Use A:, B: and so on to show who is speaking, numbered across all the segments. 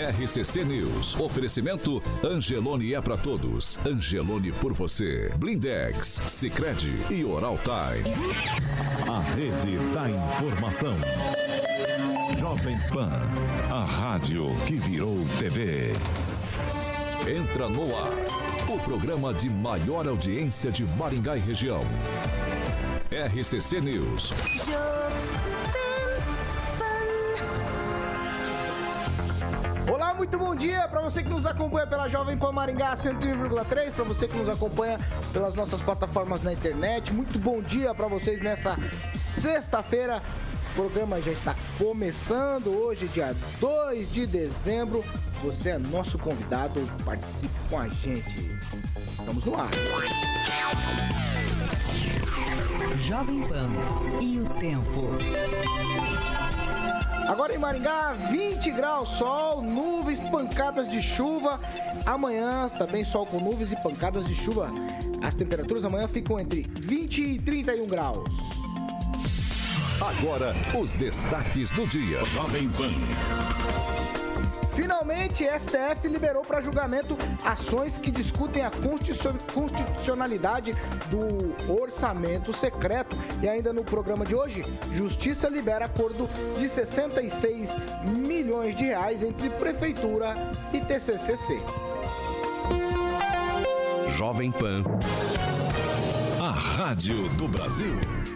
A: RCC News. Oferecimento Angelone é pra todos. Angelone por você. Blindex, Sicredi e Oral Time.
B: A rede da informação. Jovem Pan. A rádio que virou TV.
A: Entra no ar. O programa de maior audiência de Maringá e região. RCC News.
C: Olá, muito bom dia para você que nos acompanha pela Jovem Pan Maringá 101,3, para você que nos acompanha pelas nossas plataformas na internet. Muito bom dia para vocês nessa sexta-feira. O programa já está começando hoje, dia 2 de dezembro. Você é nosso convidado, participe com a gente. Estamos no ar.
D: Jovem Pan e o tempo.
C: Agora em Maringá, 20 graus, sol, nuvens, pancadas de chuva. Amanhã também sol com nuvens e pancadas de chuva. As temperaturas amanhã ficam entre 20 e 31 graus.
A: Agora, os destaques do dia.
B: Jovem Pan.
C: Finalmente, STF liberou para julgamento ações que discutem a constitucionalidade do orçamento secreto. E ainda no programa de hoje, Justiça libera acordo de 66 milhões de reais entre Prefeitura e TCCC.
B: Jovem Pan. A rádio do Brasil.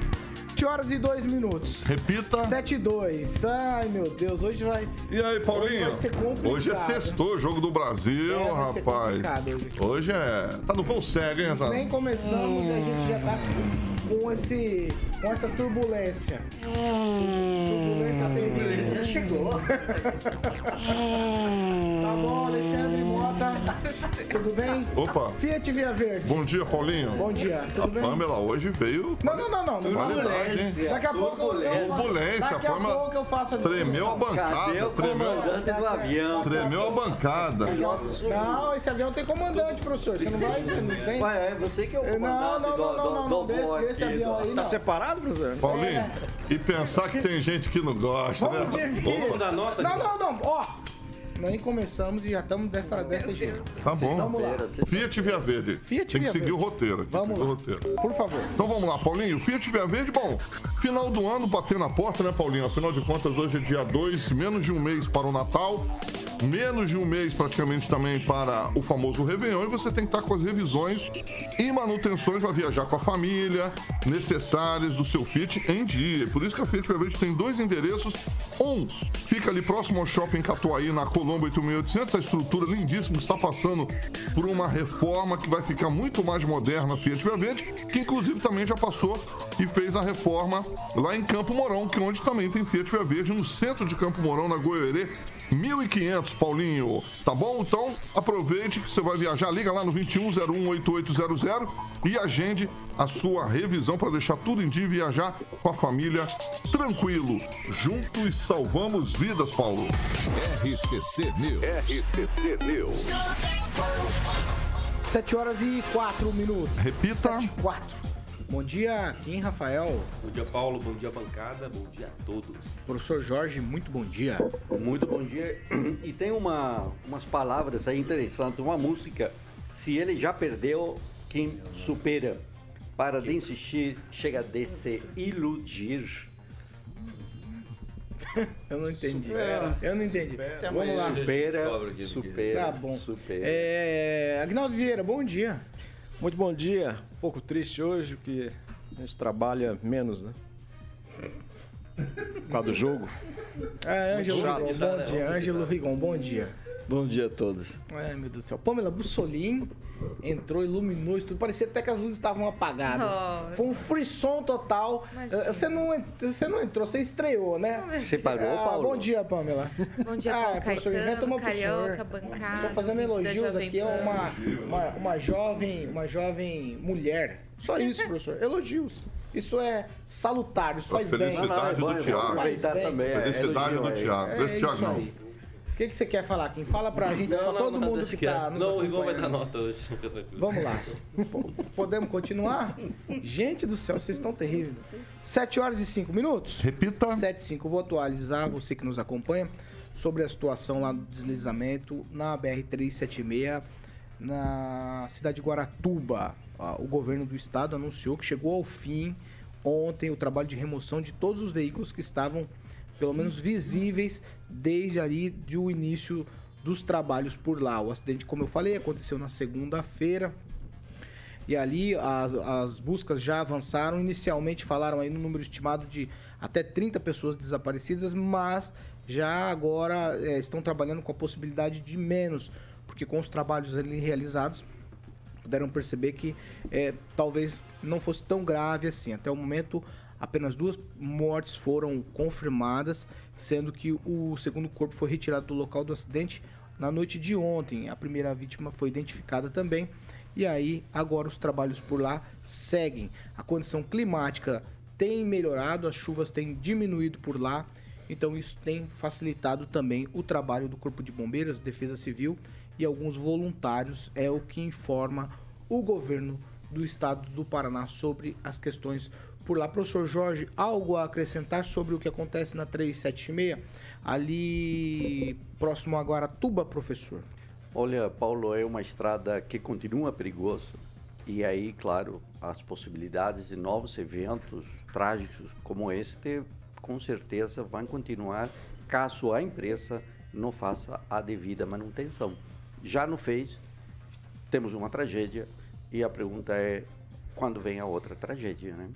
C: 7h02.
E: Repita.
C: 7h02. Ai, meu Deus, hoje vai...
E: E aí, Paulinho? Hoje é sextou, jogo do Brasil, rapaz. Hoje é... Tá no voo cego, hein, Renato?
C: Nem começamos e a gente já tá com essa turbulência. Turbulência chegou. Tá bom, Alexandre Mota. Tudo bem?
E: Opa.
C: Fiat Via Verde.
E: Bom dia, Paulinho.
C: Bom dia, tudo bem?
E: A Pamela hoje veio...
C: Não.
E: Qualidade, hein?
C: Daqui a pouco
E: Turbulência.
C: Daqui a pouco eu faço a
E: Tremeu a bancada.
F: Cadê o comandante do avião?
E: Tremeu a bancada.
C: Não, esse avião tem comandante, professor. Você não vai... Não tem...
F: Ué, é você que é o comandante
C: não. Desse avião aí, não.
F: Tá separado, professor?
E: Paulinho, e pensar que tem gente que não gosta, né?
F: Vamos dar nota?
C: Não. Ó, nem começamos e já estamos dessa jeito.
E: Tá bom.
C: Vamos lá.
E: Fiat Via Verde. Tem que seguir o roteiro aqui.
C: Vamos lá. Por favor.
E: Então vamos lá, Paulinho. Fiat Via Verde, bom, final do ano batendo na porta, né, Paulinho? Afinal de contas, hoje é dia 2, menos de um mês para o Natal. Menos de um mês praticamente também para o famoso Réveillon, e você tem que estar com as revisões e manutenções para viajar com a família necessárias do seu Fiat em dia. Por isso que a Fiat Via Verde tem 2 endereços. Um fica ali próximo ao Shopping Catuaí, na Colombo 8800. A estrutura lindíssima, está passando por uma reforma que vai ficar muito mais moderna a Fiat Via Verde, que inclusive também já passou e fez a reforma lá em Campo Mourão, que onde também tem Fiat Via Verde, no centro de Campo Mourão, na Goiorê, 1500, Paulinho. Tá bom? Então, aproveite que você vai viajar. Liga lá no 21018800 e agende a sua revisão para deixar tudo em dia e viajar com a família tranquilo. Juntos salvamos vidas, Paulo.
A: RCC News.
C: 7h04.
E: Repita.
C: 7h04. Bom dia, Kim Rafael.
G: Bom dia, Paulo. Bom dia, bancada. Bom dia a todos.
C: Professor Jorge, muito bom dia.
F: Muito bom dia. E tem umas palavras aí interessantes, uma música. Se ele já perdeu, quem supera? Para de insistir, chega de se iludir.
C: Eu não entendi. Vamos lá.
F: Supera.
C: Tá bom. Agnaldo Vieira, bom dia.
H: Muito bom dia. Um pouco triste hoje, porque a gente trabalha menos, né? Por causa do jogo.
C: Ângelo Rigon, bom dia. Ângelo Rigon, bom dia.
H: Bom dia a todos.
C: Ai, meu Deus do céu. Pamela Bussolini entrou, iluminou isso tudo. Parecia até que as luzes estavam apagadas. Oh. Foi um frisson total. Você não entrou, você estreou, né?
F: Você parou, Paulo?
C: Bom dia, Pamela.
I: Bom dia, Paulo Caetano,
C: Carioca,
I: bancada.
C: Estou fazendo elogios aqui a uma jovem mulher. Só isso, professor. Elogios. Isso é salutar, isso faz bem.
E: Felicidade do Thiago. Felicidade do Thiago. Deixa o Thiago não.
C: O que você quer falar, Kim? Fala pra gente, pra todo mundo que tá nos
G: Não, o Rigon vai dar nota hoje.
C: Vamos lá. Podemos continuar? Gente do céu, vocês estão terríveis. 7h05.
E: Repita.
C: 7h05. Vou atualizar, você que nos acompanha. sobre a situação lá do deslizamento na BR-376, na cidade de Guaratuba. O governo do estado anunciou que chegou ao fim ontem o trabalho de remoção de todos os veículos que estavam, pelo menos, visíveis desde ali do início dos trabalhos por lá. O acidente, como eu falei, aconteceu na segunda-feira. E ali as buscas já avançaram. Inicialmente falaram aí no número estimado de até 30 pessoas desaparecidas, mas já agora estão trabalhando com a possibilidade de menos, porque com os trabalhos ali realizados, puderam perceber que talvez não fosse tão grave assim. Até o momento, apenas 2 mortes foram confirmadas, sendo que o segundo corpo foi retirado do local do acidente na noite de ontem. A primeira vítima foi identificada também. E aí, agora os trabalhos por lá seguem. A condição climática tem melhorado, as chuvas têm diminuído por lá. Então isso tem facilitado também o trabalho do Corpo de Bombeiros, Defesa Civil e alguns voluntários. É o que informa o governo do estado do Paraná sobre as questões por lá. Professor Jorge, algo a acrescentar sobre o que acontece na 376, ali próximo a Guaratuba, professor?
F: Olha, Paulo, é uma estrada que continua perigosa. E aí, claro, as possibilidades de novos eventos trágicos como este, com certeza, vão continuar caso a empresa não faça a devida manutenção. Já não fez, temos uma tragédia e a pergunta é quando vem a outra tragédia, né?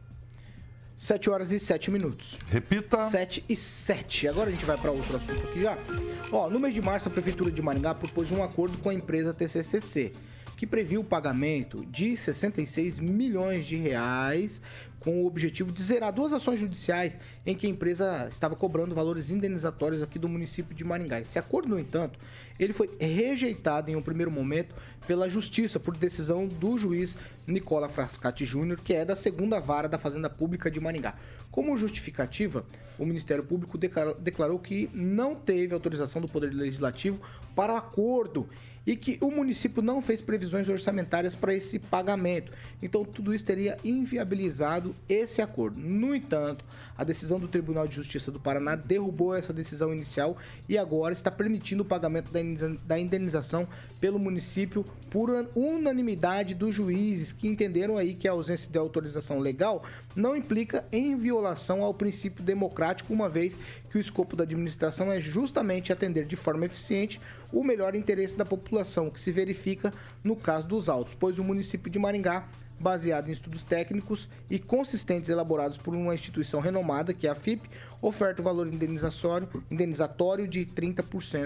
C: 7h07.
E: Repita.
C: 7h07. Agora a gente vai para outro assunto aqui já. No mês de março, a Prefeitura de Maringá propôs um acordo com a empresa TCCC, que previu o pagamento de 66 milhões de reais com o objetivo de zerar 2 ações judiciais em que a empresa estava cobrando valores indenizatórios aqui do município de Maringá. Esse acordo, no entanto, ele foi rejeitado em um primeiro momento pela Justiça por decisão do juiz Nicola Frascati Júnior, que é da 2ª Vara da Fazenda Pública de Maringá. Como justificativa, o Ministério Público declarou que não teve autorização do Poder Legislativo para o acordo e que o município não fez previsões orçamentárias para esse pagamento. Então, tudo isso teria inviabilizado esse acordo. No entanto, a decisão do Tribunal de Justiça do Paraná derrubou essa decisão inicial e agora está permitindo o pagamento da indenização pelo município por unanimidade dos juízes, que entenderam aí que a ausência de autorização legal não implica em violação ao princípio democrático, uma vez que o escopo da administração é justamente atender de forma eficiente o melhor interesse da população, que se verifica no caso dos autos, pois o município de Maringá, baseado em estudos técnicos e consistentes elaborados por uma instituição renomada, que é a FIP, oferta o valor indenizatório de 30%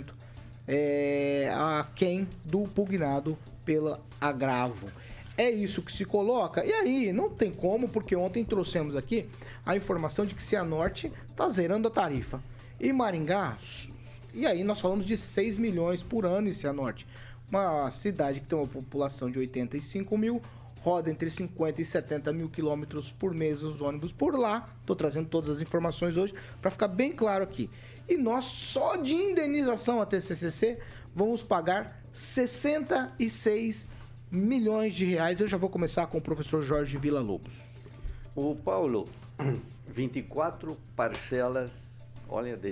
C: a quem do pugnado pelo agravo. É isso que se coloca. E aí, não tem como, porque ontem trouxemos aqui a informação de que Cianorte está zerando a tarifa. E Maringá, e aí nós falamos de 6 milhões por ano em Cianorte. Uma cidade que tem uma população de 85 mil, roda entre 50 e 70 mil quilômetros por mês os ônibus por lá. Estou trazendo todas as informações hoje para ficar bem claro aqui. E nós, só de indenização à TCCC, vamos pagar 66 milhões de reais. Eu já vou começar com o professor Jorge Villa-Lobos.
F: O Paulo, 24 parcelas, olha, de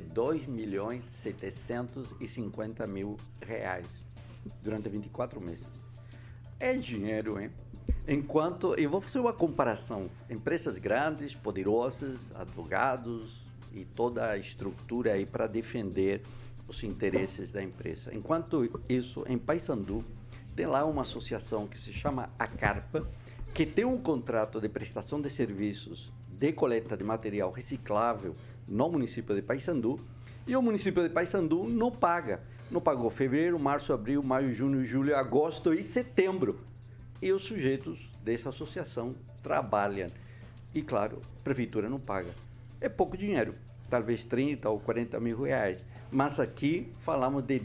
F: 2.750.000 reais durante 24 meses. É dinheiro, hein? Enquanto, eu vou fazer uma comparação, empresas grandes, poderosas, advogados e toda a estrutura aí para defender os interesses da empresa. Enquanto isso, em Paysandu, tem lá uma associação que se chama ACARPA, que tem um contrato de prestação de serviços de coleta de material reciclável no município de Paysandu, e o município de Paysandu não paga. Não pagou fevereiro, março, abril, maio, junho, julho, agosto e setembro. E os sujeitos dessa associação trabalham. E, claro, a prefeitura não paga. É pouco dinheiro, talvez 30 ou 40 mil reais. Mas aqui falamos de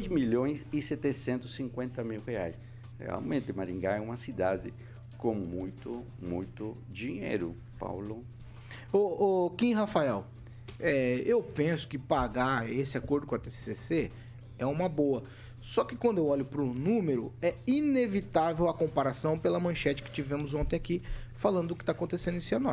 F: 2.750.000 reais. Realmente, Maringá é uma cidade com muito, muito dinheiro, Paulo.
C: Kim Rafael, eu penso que pagar esse acordo com a TCCC é uma boa. Só que quando eu olho para o número, é inevitável a comparação pela manchete que tivemos ontem aqui, falando do que está acontecendo em Cianorte.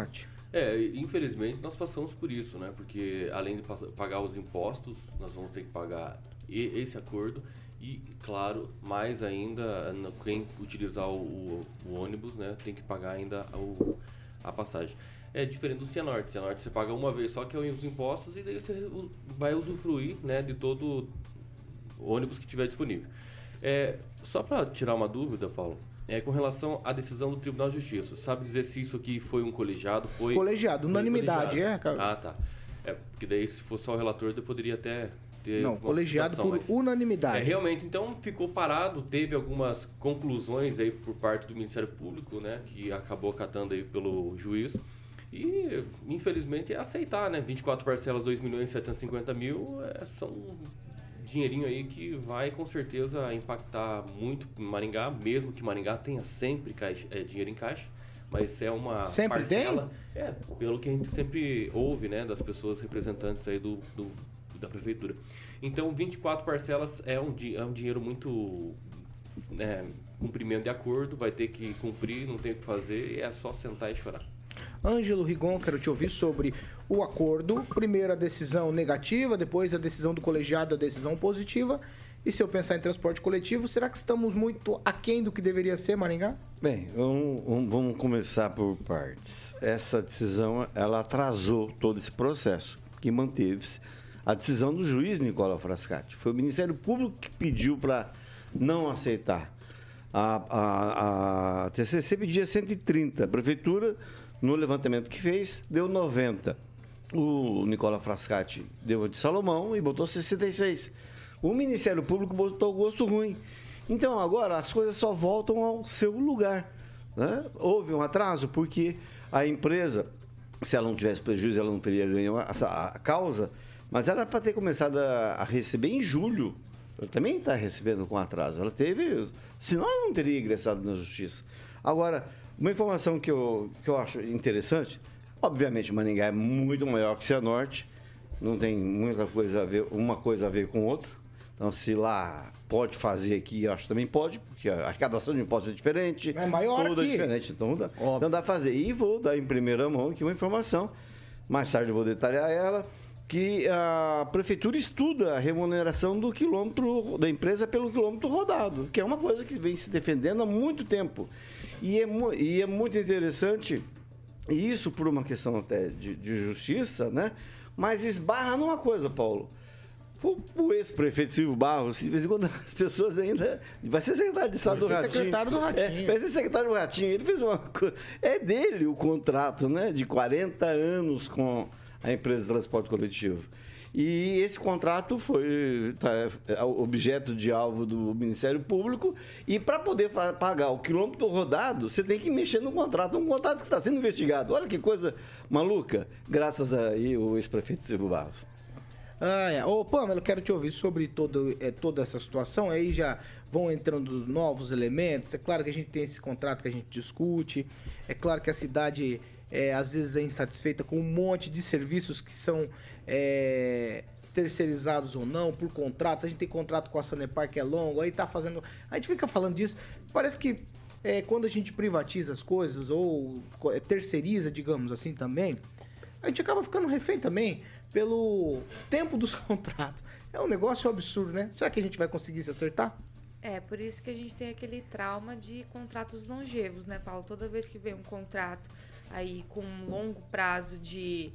G: Infelizmente nós passamos por isso, né? Porque além de pagar os impostos, nós vamos ter que pagar esse acordo e, claro, mais ainda, quem utilizar o ônibus, né, tem que pagar ainda a passagem. É diferente do Cianorte. Cianorte você paga uma vez só, que é os impostos, e daí você vai usufruir, né, de todo o ônibus que tiver disponível. Só para tirar uma dúvida, Paulo, com relação à decisão do Tribunal de Justiça, sabe dizer se isso aqui foi um colegiado?
C: Colegiado, unanimidade,
G: colegiado. Ah, tá. Porque daí se fosse só o relator, eu poderia até ter...
C: Não, colegiado por unanimidade.
G: Realmente, então, ficou parado, teve algumas conclusões aí por parte do Ministério Público, né, que acabou acatando aí pelo juiz. E, infelizmente, é aceitar, né? 24 parcelas, 2.750.000, são dinheirinho aí que vai, com certeza, impactar muito em Maringá, mesmo que Maringá tenha sempre dinheiro em caixa, mas é uma
C: sempre
G: parcela... pelo que a gente sempre ouve, né, das pessoas representantes aí da prefeitura. Então, 24 parcelas é um dinheiro muito... cumprimento de acordo, vai ter que cumprir, não tem o que fazer, e é só sentar e chorar.
C: Ângelo Rigon, quero te ouvir sobre o acordo. Primeiro a decisão negativa, depois a decisão do colegiado, a decisão positiva. E se eu pensar em transporte coletivo, será que estamos muito aquém do que deveria ser, Maringá?
J: Bem, vamos começar por partes. Essa decisão, ela atrasou todo esse processo, que manteve-se. A decisão do juiz Nicola Frascati. Foi o Ministério Público que pediu para não aceitar. A TCC pedia 130, a Prefeitura... No levantamento que fez, deu 90. O Nicola Frascati deu a de Salomão e botou 66. O Ministério Público botou o gosto ruim. Então, agora, as coisas só voltam ao seu lugar, né? Houve um atraso porque a empresa, se ela não tivesse prejuízo, ela não teria ganho a causa, mas ela era para ter começado a receber em julho. Ela também está recebendo com atraso. Ela teve... Senão, ela não teria ingressado na Justiça. Agora... Uma informação que eu acho interessante, obviamente Maringá é muito maior que Cianorte, não tem muita coisa a ver, uma coisa a ver com outra. Então, se lá pode fazer aqui, eu acho que também pode, porque a arrecadação de impostos é diferente.
C: É maior
J: tudo
C: aqui.
J: É diferente, então dá para fazer. E vou dar em primeira mão aqui uma informação, mais tarde eu vou detalhar ela, que a prefeitura estuda a remuneração do quilômetro da empresa pelo quilômetro rodado, que é uma coisa que vem se defendendo há muito tempo. E é muito interessante, e isso por uma questão até de justiça, né? Mas esbarra numa coisa, Paulo. O ex-prefeito Silvio Barros, de vez em quando as pessoas ainda... Vai ser secretário de Estado do Ratinho.
C: Secretário do Ratinho.
J: Vai ser secretário do Ratinho. Ele fez uma coisa... É dele o contrato, né? De 40 anos com a empresa de transporte coletivo. E esse contrato foi objeto de alvo do Ministério Público, e para poder pagar o quilômetro rodado, você tem que mexer no contrato, um contrato que está sendo investigado. Olha que coisa maluca, graças aí o ex-prefeito Silvio Barros.
C: Ô, Pamela, eu quero te ouvir sobre toda essa situação, aí já vão entrando novos elementos. É claro que a gente tem esse contrato que a gente discute, é claro que a cidade às vezes é insatisfeita com um monte de serviços que são terceirizados ou não, por contratos. A gente tem contrato com a Sanepar que é longo, aí tá fazendo... A gente fica falando disso, parece que quando a gente privatiza as coisas ou terceiriza, digamos assim, também, a gente acaba ficando refém também pelo tempo dos contratos. É um negócio absurdo, né? Será que a gente vai conseguir se acertar?
I: Por isso que a gente tem aquele trauma de contratos longevos, né, Paulo? Toda vez que vem um contrato aí com um longo prazo de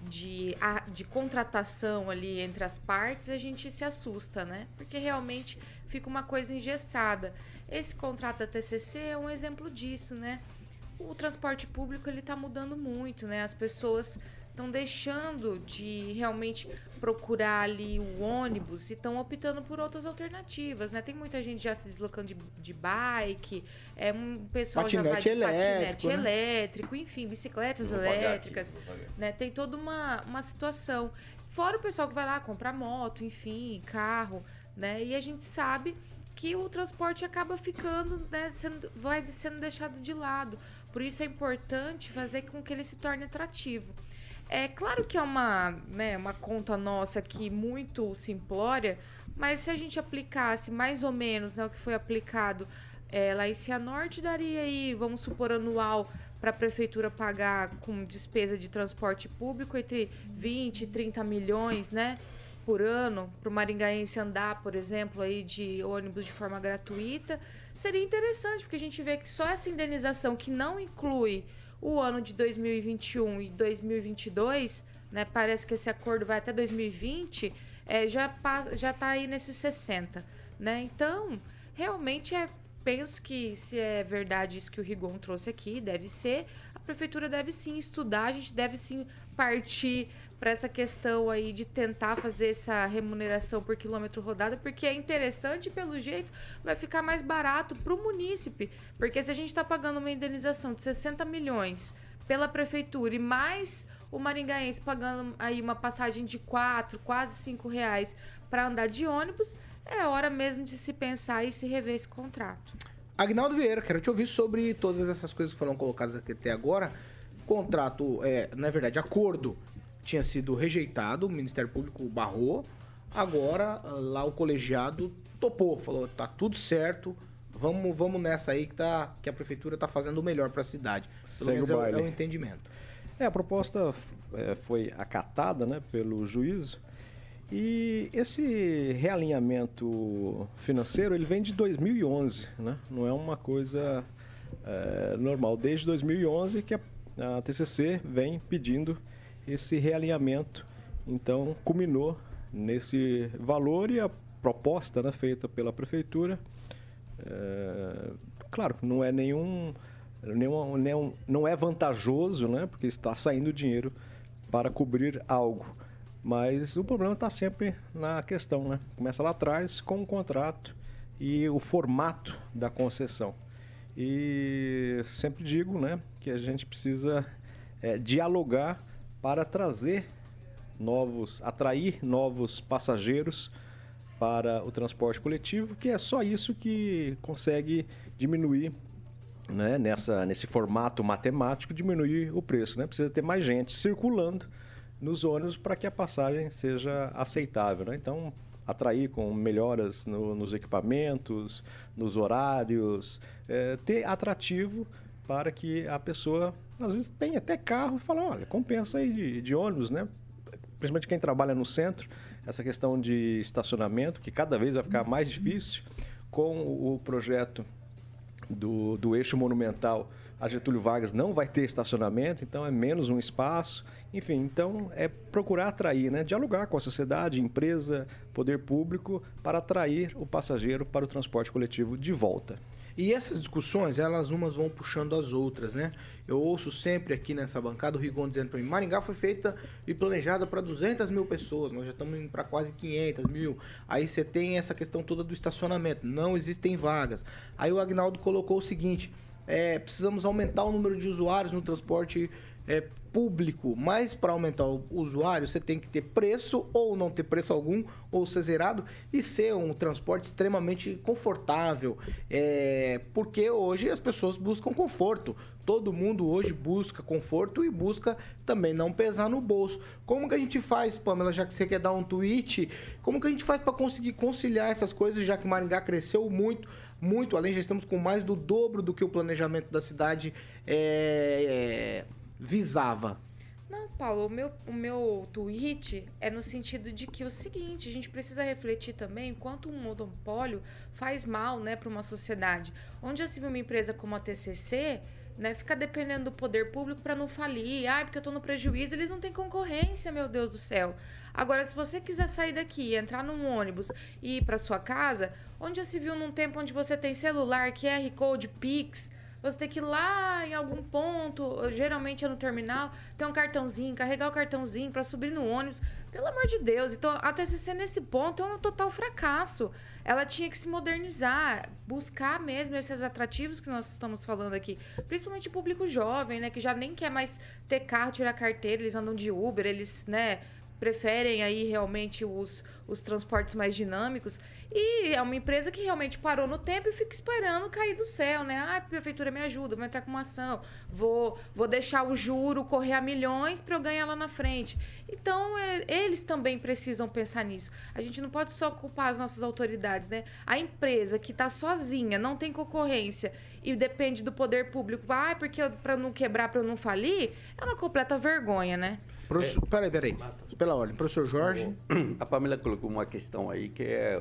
I: contratação ali entre as partes, a gente se assusta, né? Porque realmente fica uma coisa engessada. Esse contrato da TCC é um exemplo disso, né? O transporte público, ele tá mudando muito, né? As pessoas estão deixando de realmente procurar ali o ônibus e estão optando por outras alternativas, né? Tem muita gente já se deslocando de bike, um pessoal já vai de patinete elétrico, enfim, bicicletas elétricas, né? Tem toda uma situação. Fora o pessoal que vai lá comprar moto, enfim, carro, né? E a gente sabe que o transporte acaba ficando, né, vai sendo deixado de lado. Por isso é importante fazer com que ele se torne atrativo. É claro que é uma conta nossa aqui muito simplória, mas se a gente aplicasse mais ou menos, né, o que foi aplicado lá em Cianorte, daria aí, vamos supor, anual para a prefeitura pagar com despesa de transporte público entre 20 e 30 milhões, né, por ano, para o maringaense andar, por exemplo, aí de ônibus de forma gratuita, seria interessante, porque a gente vê que só essa indenização, que não inclui o ano de 2021 e 2022, né, parece que esse acordo vai até 2020, já está aí nesses 60, né? Então, realmente penso que, se é verdade isso que o Rigon trouxe aqui, deve ser, a prefeitura deve sim estudar, a gente deve sim partir para essa questão aí de tentar fazer essa remuneração por quilômetro rodado, porque é interessante, pelo jeito, vai ficar mais barato para o munícipe, porque se a gente está pagando uma indenização de 60 milhões pela prefeitura e mais o maringaense pagando aí uma passagem de 4, quase 5 reais para andar de ônibus, é hora mesmo de se pensar e se rever esse contrato.
C: Agnaldo Vieira, quero te ouvir sobre todas essas coisas que foram colocadas aqui até agora. Contrato, na verdade, acordo tinha sido rejeitado, o Ministério Público barrou, agora lá o colegiado topou, falou, tá tudo certo, vamos nessa aí que a prefeitura tá fazendo o melhor para a cidade. Pelo menos é o entendimento.
H: A proposta foi acatada, né, pelo juízo. E esse realinhamento financeiro, ele vem de 2011, né? Não é uma coisa normal. Desde 2011 que a TCC vem pedindo esse realinhamento. Então, culminou nesse valor e a proposta, né, feita pela prefeitura, claro que não é não é vantajoso, né, porque está saindo dinheiro para cobrir algo. Mas o problema está sempre na questão, né? Começa lá atrás com o contrato e o formato da concessão. E sempre digo, né, que a gente precisa dialogar para atrair novos passageiros para o transporte coletivo, que é só isso que consegue diminuir, né, nesse formato matemático, diminuir o preço, né? Precisa ter mais gente circulando nos ônibus para que a passagem seja aceitável, né? Então, atrair com melhoras nos equipamentos, nos horários, ter atrativo para que a pessoa, às vezes, tem até carro e fala, olha, compensa aí de ônibus, né? Principalmente quem trabalha no centro, essa questão de estacionamento, que cada vez vai ficar mais difícil com o projeto do eixo monumental. A Getúlio Vargas não vai ter estacionamento, então é menos um espaço. Enfim, então é procurar atrair, né? Dialogar com a sociedade, empresa, poder público, para atrair o passageiro para o transporte coletivo de volta.
C: E essas discussões, umas vão puxando as outras, né? Eu ouço sempre aqui nessa bancada o Rigon dizendo para mim, Maringá foi feita e planejada para 200 mil pessoas, nós já estamos indo para quase 500 mil. Aí você tem essa questão toda do estacionamento, não existem vagas. Aí o Agnaldo colocou o seguinte, precisamos aumentar o número de usuários no transporte público, mas para aumentar o usuário você tem que ter preço ou não ter preço algum, ou ser zerado e ser um transporte extremamente confortável, porque hoje as pessoas buscam conforto, todo mundo hoje busca conforto e busca também não pesar no bolso. Como que a gente faz, Pamela, já que você quer dar um tweet, como que a gente faz para conseguir conciliar essas coisas, já que Maringá cresceu muito, além já estamos com mais do dobro do que o planejamento da cidade visava?
I: Não, Paulo, o meu tweet é no sentido de que o seguinte, a gente precisa refletir também quanto um monopólio faz mal, né, para uma sociedade. Onde assim uma empresa como a TCC, né, fica dependendo do poder público para não falir, porque eu estou no prejuízo, eles não têm concorrência, meu Deus do céu. Agora, se você quiser sair daqui, entrar num ônibus e ir para sua casa, onde já se viu num tempo onde você tem celular, QR Code, Pix, você tem que ir lá em algum ponto, geralmente é no terminal, ter um cartãozinho, carregar o cartãozinho para subir no ônibus. Pelo amor de Deus. Então, a TCC nesse ponto é um total fracasso. Ela tinha que se modernizar, buscar mesmo esses atrativos que nós estamos falando aqui. Principalmente o público jovem, né, que já nem quer mais ter carro, tirar carteira, eles andam de Uber, eles, né, preferem aí realmente os transportes mais dinâmicos. E é uma empresa que realmente parou no tempo e fica esperando cair do céu, né? Ah, a prefeitura me ajuda, vou entrar com uma ação, vou deixar o juro correr a milhões para eu ganhar lá na frente. Então, eles também precisam pensar nisso. A gente não pode só culpar as nossas autoridades, né? A empresa que está sozinha, não tem concorrência e depende do poder público, porque para não quebrar, para não falir, é uma completa vergonha, né?
C: Peraí. Pela ordem. Professor Jorge.
F: A Pamela colocou uma questão aí que é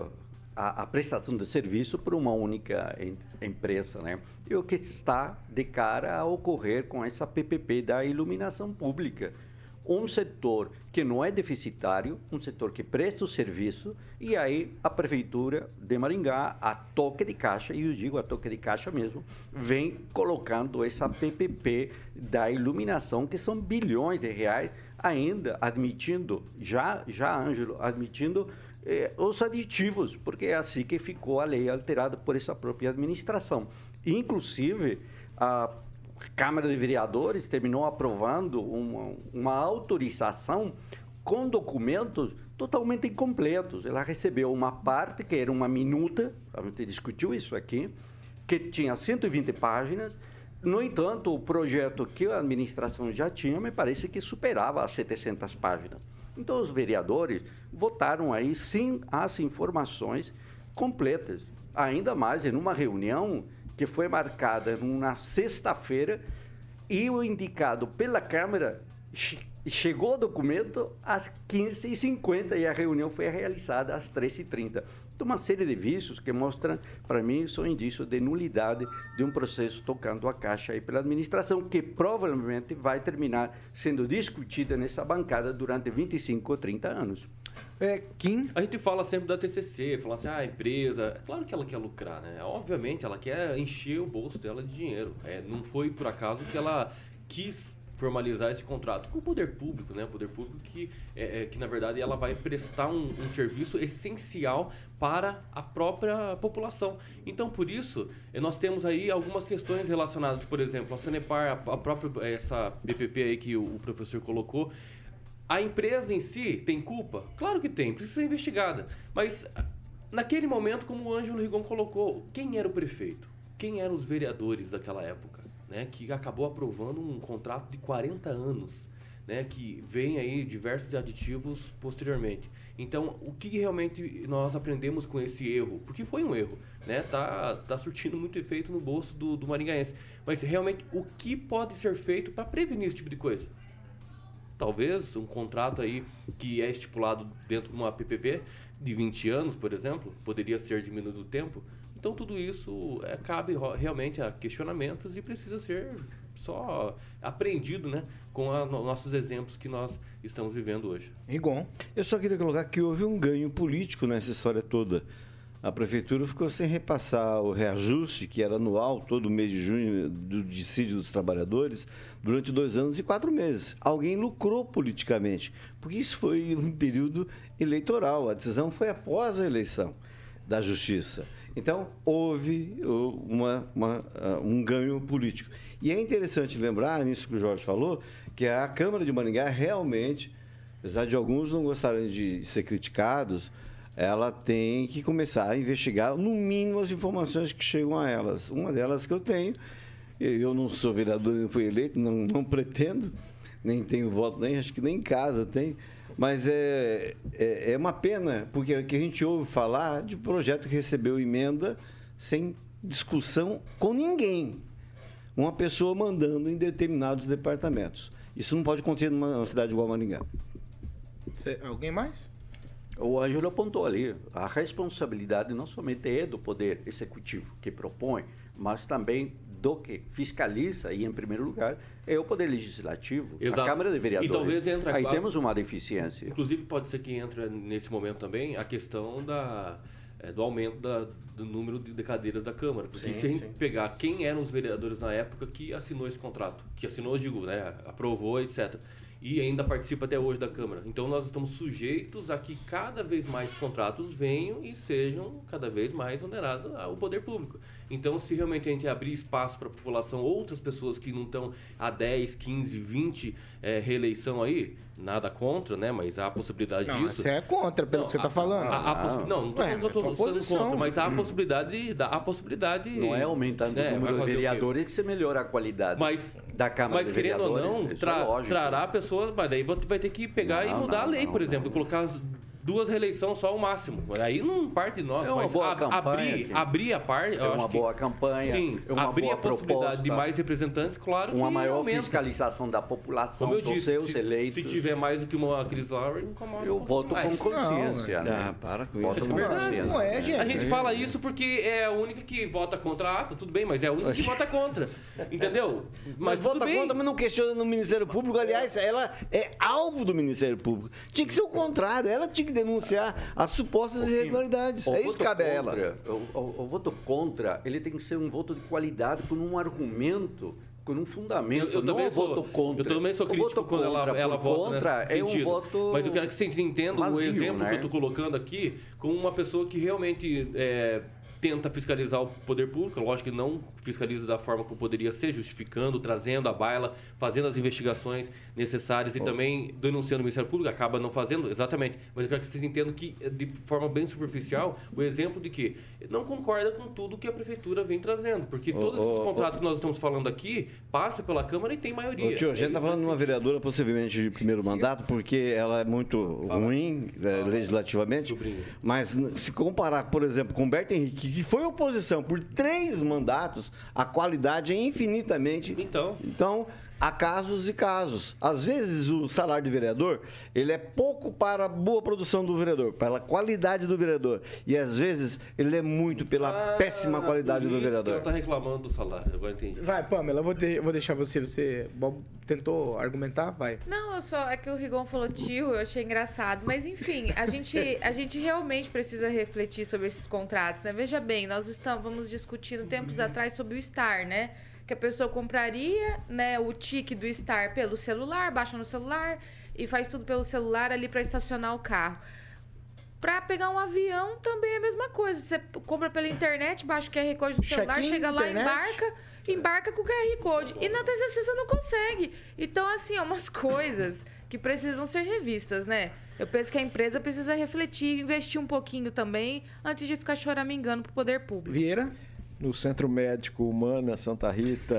F: a prestação de serviço por uma única empresa, né? E o que está de cara a ocorrer com essa PPP da iluminação pública. Um setor que não é deficitário, um setor que presta o serviço, e aí a Prefeitura de Maringá, a toque de caixa, e eu digo a toque de caixa mesmo, vem colocando essa PPP da iluminação, que são bilhões de reais, ainda admitindo, já Ângelo, admitindo os aditivos, porque é assim que ficou a lei alterada por essa própria administração. Inclusive, a Câmara de Vereadores terminou aprovando uma autorização com documentos totalmente incompletos. Ela recebeu uma parte, que era uma minuta, a gente discutiu isso aqui, que tinha 120 páginas. No entanto, o projeto que a administração já tinha, me parece que superava as 700 páginas. Então, os vereadores votaram aí sem as informações completas. Ainda mais em uma reunião que foi marcada na sexta-feira e o indicado pela Câmara chegou o documento às 15h50 e a reunião foi realizada às 13h30. Então, uma série de vícios que mostram, para mim, são indícios de nulidade de um processo tocando a caixa aí pela administração, que provavelmente vai terminar sendo discutida nessa bancada durante 25 ou 30 anos.
G: Kim? A gente fala sempre da TCC, fala assim, a empresa, claro que ela quer lucrar, né? Obviamente, ela quer encher o bolso dela de dinheiro. Não foi por acaso que ela quis formalizar esse contrato com o poder público, né? O poder público que na verdade, ela vai prestar um serviço essencial para a própria população. Então, por isso, nós temos aí algumas questões relacionadas, por exemplo, a Sanepar, a própria, essa PPP aí que o professor colocou. A empresa em si tem culpa? Claro que tem, precisa ser investigada. Mas, naquele momento, como o Ângelo Rigon colocou, quem era o prefeito? Quem eram os vereadores daquela época? Né, que acabou aprovando um contrato de 40 anos, né, que vem aí diversos aditivos posteriormente. Então, o que realmente nós aprendemos com esse erro? Porque foi um erro, né? Tá surtindo muito efeito no bolso do maringaense. Mas, realmente, o que pode ser feito para prevenir esse tipo de coisa? Talvez um contrato aí que é estipulado dentro de uma PPP de 20 anos, por exemplo, poderia ser diminuído o tempo. Então, tudo isso cabe realmente a questionamentos e precisa ser só aprendido, né, com nossos exemplos que nós estamos vivendo hoje.
J: Rigon. Eu só queria colocar que houve um ganho político nessa história toda. A Prefeitura ficou sem repassar o reajuste, que era anual, todo mês de junho, do dissídio dos trabalhadores, durante 2 anos e 4 meses. Alguém lucrou politicamente, porque isso foi um período eleitoral. A decisão foi após a eleição da Justiça. Então, houve um ganho político. E é interessante lembrar, nisso que o Jorge falou, que a Câmara de Maringá realmente, apesar de alguns não gostarem de ser criticados, ela tem que começar a investigar, no mínimo, as informações que chegam a elas. Uma delas que eu tenho, eu não sou vereador, não fui eleito, não pretendo, nem tenho voto, nem acho que nem em casa eu tenho, mas é uma pena, porque a gente ouve falar de projeto que recebeu emenda sem discussão com ninguém. Uma pessoa mandando em determinados departamentos. Isso não pode acontecer numa cidade igual a Maringá.
C: Alguém mais?
F: O Ângelo apontou ali, a responsabilidade não somente é do Poder Executivo, que propõe, mas também do que fiscaliza, e em primeiro lugar, é o Poder Legislativo,
G: Exato.
F: A Câmara de Vereadores.
G: E talvez entre
F: aí temos uma deficiência.
G: Inclusive, pode ser que entre nesse momento também a questão do aumento do número de cadeiras da Câmara. Porque se a gente pegar quem eram os vereadores na época que assinou esse contrato, que assinou, digo, né, aprovou, etc., e ainda participa até hoje da Câmara. Então, nós estamos sujeitos a que cada vez mais contratos venham e sejam cada vez mais onerados ao poder público. Então, se realmente a gente abrir espaço para a população, outras pessoas que não estão há 10, 15, 20 reeleição aí, nada contra, né? Mas há a possibilidade
C: Não,
G: disso.
C: você é contra, pelo que você está falando.
G: Não tô falando que eu tô sendo contra, mas há a possibilidade.
F: Não é aumentando o número de vereadores que você melhora a qualidade da Câmara de
G: Vereadores. Mas querendo ou não, trará pessoas, mas daí vai ter que pegar e mudar a lei, por exemplo, colocar 2 reeleições só o máximo. Aí não parte de nós, mas abrir a parte.
F: É uma boa campanha.
G: Sim, abrir a possibilidade de mais representantes, claro.
F: Uma maior fiscalização da população,
G: como eu disse,
F: seus eleitos.
G: Se tiver mais do que uma Cris Lowry,
F: eu voto com consciência.
J: Para com isso.
C: Não é, gente.
G: A gente fala isso porque é a única que vota contra a ata, tudo bem, mas é a única que vota contra. Entendeu?
J: Mas vota contra, mas não questiona no Ministério Público. Aliás, ela é alvo do Ministério Público. Tinha que ser o contrário. Ela tinha que denunciar as supostas irregularidades. É isso que cabe a ela.
F: O voto contra, ele tem que ser um voto de qualidade, com um argumento, com um fundamento. Eu
G: também sou crítico quando ela vota
F: contra,
G: nesse sentido.
F: Um voto
G: mas eu quero que vocês entendam
F: vazio,
G: o exemplo
F: né?
G: que eu estou colocando aqui como uma pessoa que realmente tenta fiscalizar o poder público, lógico que não fiscaliza da forma como poderia ser, justificando, trazendo à baila, fazendo as investigações necessárias e também denunciando o Ministério Público, acaba não fazendo, exatamente. Mas eu quero que vocês entendam que, de forma bem superficial, o exemplo de que não concorda com tudo que a Prefeitura vem trazendo, porque todos esses contratos que nós estamos falando aqui passam pela Câmara e tem maioria.
J: Tio, a gente está falando de uma vereadora possivelmente de primeiro mandato, porque ela é muito ruim legislativamente, mas se comparar, por exemplo, com o Berto Henrique, que foi oposição por 3 mandatos, a qualidade é infinitamente... Então, há casos e casos. Às vezes, o salário de vereador, ele é pouco para a boa produção do vereador, pela qualidade do vereador. E, às vezes, ele é muito pela péssima qualidade do vereador.
G: Ela está reclamando do salário, agora entendi.
C: Vai, Pamela, eu vou deixar você tentou argumentar? Vai.
I: Não, é que o Rigon falou tio, eu achei engraçado. Mas, enfim, a gente realmente precisa refletir sobre esses contratos, né? Veja bem, nós estávamos discutindo tempos atrás sobre o Star, né? Que a pessoa compraria, né, o tique do Star pelo celular, baixa no celular e faz tudo pelo celular ali para estacionar o carro. Para pegar um avião também é a mesma coisa. Você compra pela internet, baixa o QR Code do celular, chega lá, embarca com o QR Code. E na TCC você não consegue. Então, assim, é umas coisas que precisam ser revistas, né? Eu penso que a empresa precisa refletir, investir um pouquinho também, antes de ficar choramingando pro poder público.
C: Vieira?
H: No Centro Médico Humana, Santa Rita,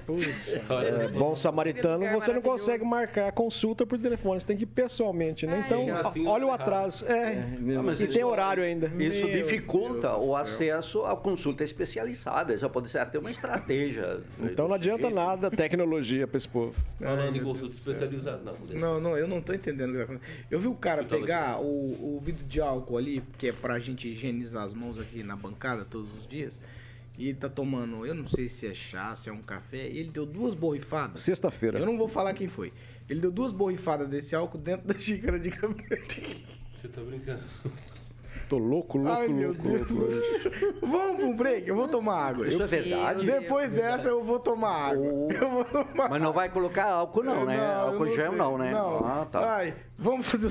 H: Bom Samaritano, você não consegue marcar a consulta por telefone, você tem que ir pessoalmente, né? Então, olha o atraso. E tem horário ainda.
F: Isso dificulta o acesso à consulta especializada, já pode ser até uma estratégia.
H: Então não adianta nada a tecnologia para esse povo.
G: Falando em consulta especializada,
C: não, eu não tô entendendo. Eu vi o cara pegar o vidro de álcool ali, que é pra gente higienizar as mãos aqui na bancada todos os dias. E ele tá tomando, eu não sei se é chá, se é um café, e ele deu 2 borrifadas.
H: Sexta-feira.
C: Eu não vou falar quem foi. Ele deu 2 borrifadas desse álcool dentro da xícara de café.
G: Você tá brincando?
H: Tô louco.
C: Vamos pro um break, eu vou tomar água.
F: Isso é verdade?
C: Depois dessa eu vou tomar água.
F: Mas não vai colocar álcool não, né? Álcool gel não, né?
C: Não.
F: Tá.
C: Vai, vamos fazer...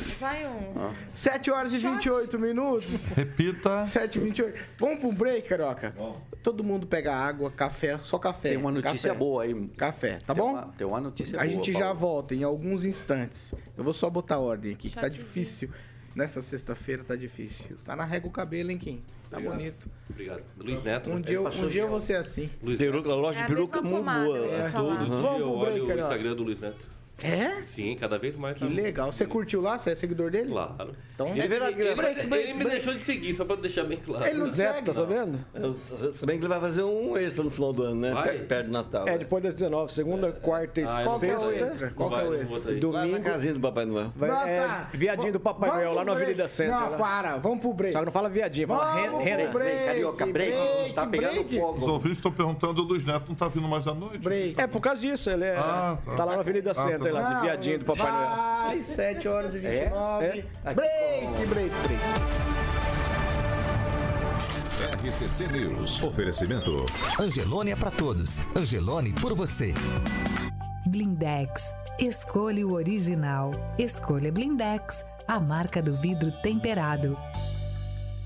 C: 7 horas e 28 minutos.
E: Repita.
C: 7h28. Vamos pro um break, Carioca? Todo mundo pega água, café, só café.
F: Tem uma notícia boa aí.
C: Café, tá bom?
F: Tem uma notícia boa.
C: A gente já volta em alguns instantes. Eu vou só botar ordem aqui, que tá difícil. Nessa sexta-feira tá difícil. Tá na régua o cabelo, hein, Kim? Tá bonito.
G: Obrigado. Luiz Neto.
C: Um dia eu vou ser assim.
J: A loja de peruca é muito boa.
G: Todo dia eu olho o Instagram do Luiz Neto.
C: É?
G: Sim, cada vez mais.
C: Que legal. Você curtiu lá? Você é seguidor dele?
G: Claro.
C: Então,
G: ele me deixou de seguir, só pra deixar bem claro.
C: Ele não segue,
H: tá sabendo?
J: Se bem que ele vai fazer um extra no final do ano, né? Perto do Natal.
H: Depois das 19, segunda, quarta e sexta.
C: Qual que é o extra?
H: Domingo.
J: Lá na casinha do Papai Noel.
H: Viadinho do Papai Noel, lá na Avenida Centro.
C: Não, para. Vamos pro break.
H: Só que não fala viadinho, fala
C: break.
F: Carioca, break. Tá pegando fogo.
E: Os ouvintes estão perguntando, o Luiz Neto não tá vindo mais à noite?
C: Break.
H: É por causa disso, ele tá lá na Avenida Centro, lá de viadinho do Papai Noel.
C: Vai, 7 horas e 29. Break.
B: RCC News. Oferecimento.
K: Angelone é pra todos. Angelone por você.
D: Blindex. Escolha o original. Escolha Blindex, a marca do vidro temperado.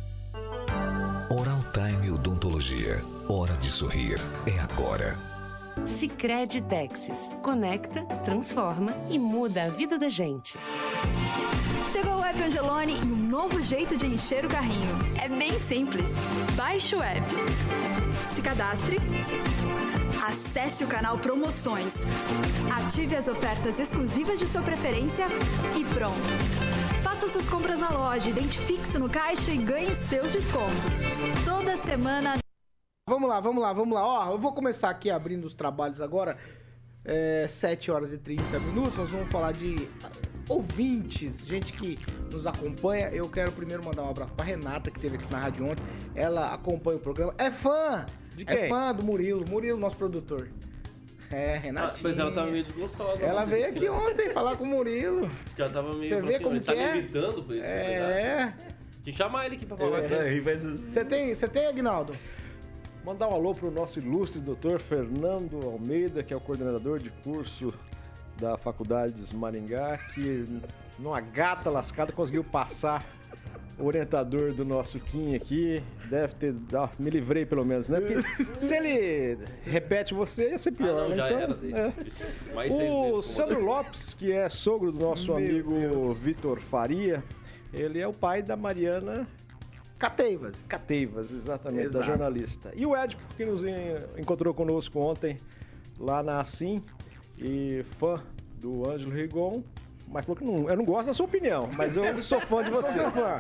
B: Oral Time Odontologia. Hora de sorrir. É agora.
L: Sicredi Texas. Conecta, transforma e muda a vida da gente.
M: Chegou o app Angelone e um novo jeito de encher o carrinho. É bem simples. Baixe o app, se cadastre, acesse o canal Promoções, ative as ofertas exclusivas de sua preferência e pronto. Faça suas compras na loja, identifique-se no caixa e ganhe seus descontos. Toda semana...
C: Vamos lá. Ó, eu vou começar aqui abrindo os trabalhos agora. 7 horas e 30 minutos. Nós vamos falar de ouvintes, gente que nos acompanha. Eu quero primeiro mandar um abraço pra Renata, que esteve aqui na rádio ontem. Ela acompanha o programa. É fã!
H: De quem?
C: É fã do Murilo, nosso produtor. Renatinha.
G: Mas ela tava meio desgostosa.
C: Ela veio aqui ontem falar com o Murilo.
G: Porque ela tava meio...
C: Você vê como que
G: tá
C: é?
G: me irritando por isso. Tem que chamar ele aqui pra falar.
C: Você tem, Aguinaldo?
H: Mandar um alô pro nosso ilustre doutor Fernando Almeida, que é o coordenador de curso da Faculdades Maringá, que numa gata lascada conseguiu passar o orientador do nosso Kim aqui. Deve ter... me livrei pelo menos, né? Porque se ele repete você, ia ser pior, né?
G: Já
H: então,
G: era. Mais 6
H: o
G: meses,
H: Sandro Lopes, que é sogro do nosso amigo Vitor Faria, ele é o pai da Mariana... Cateivas, exatamente, da jornalista. E o Ed, que nos encontrou conosco ontem lá na Assim, e fã do Ângelo Rigon, mas falou que eu não gosto da sua opinião, mas eu sou fã de você.
C: Sou fã.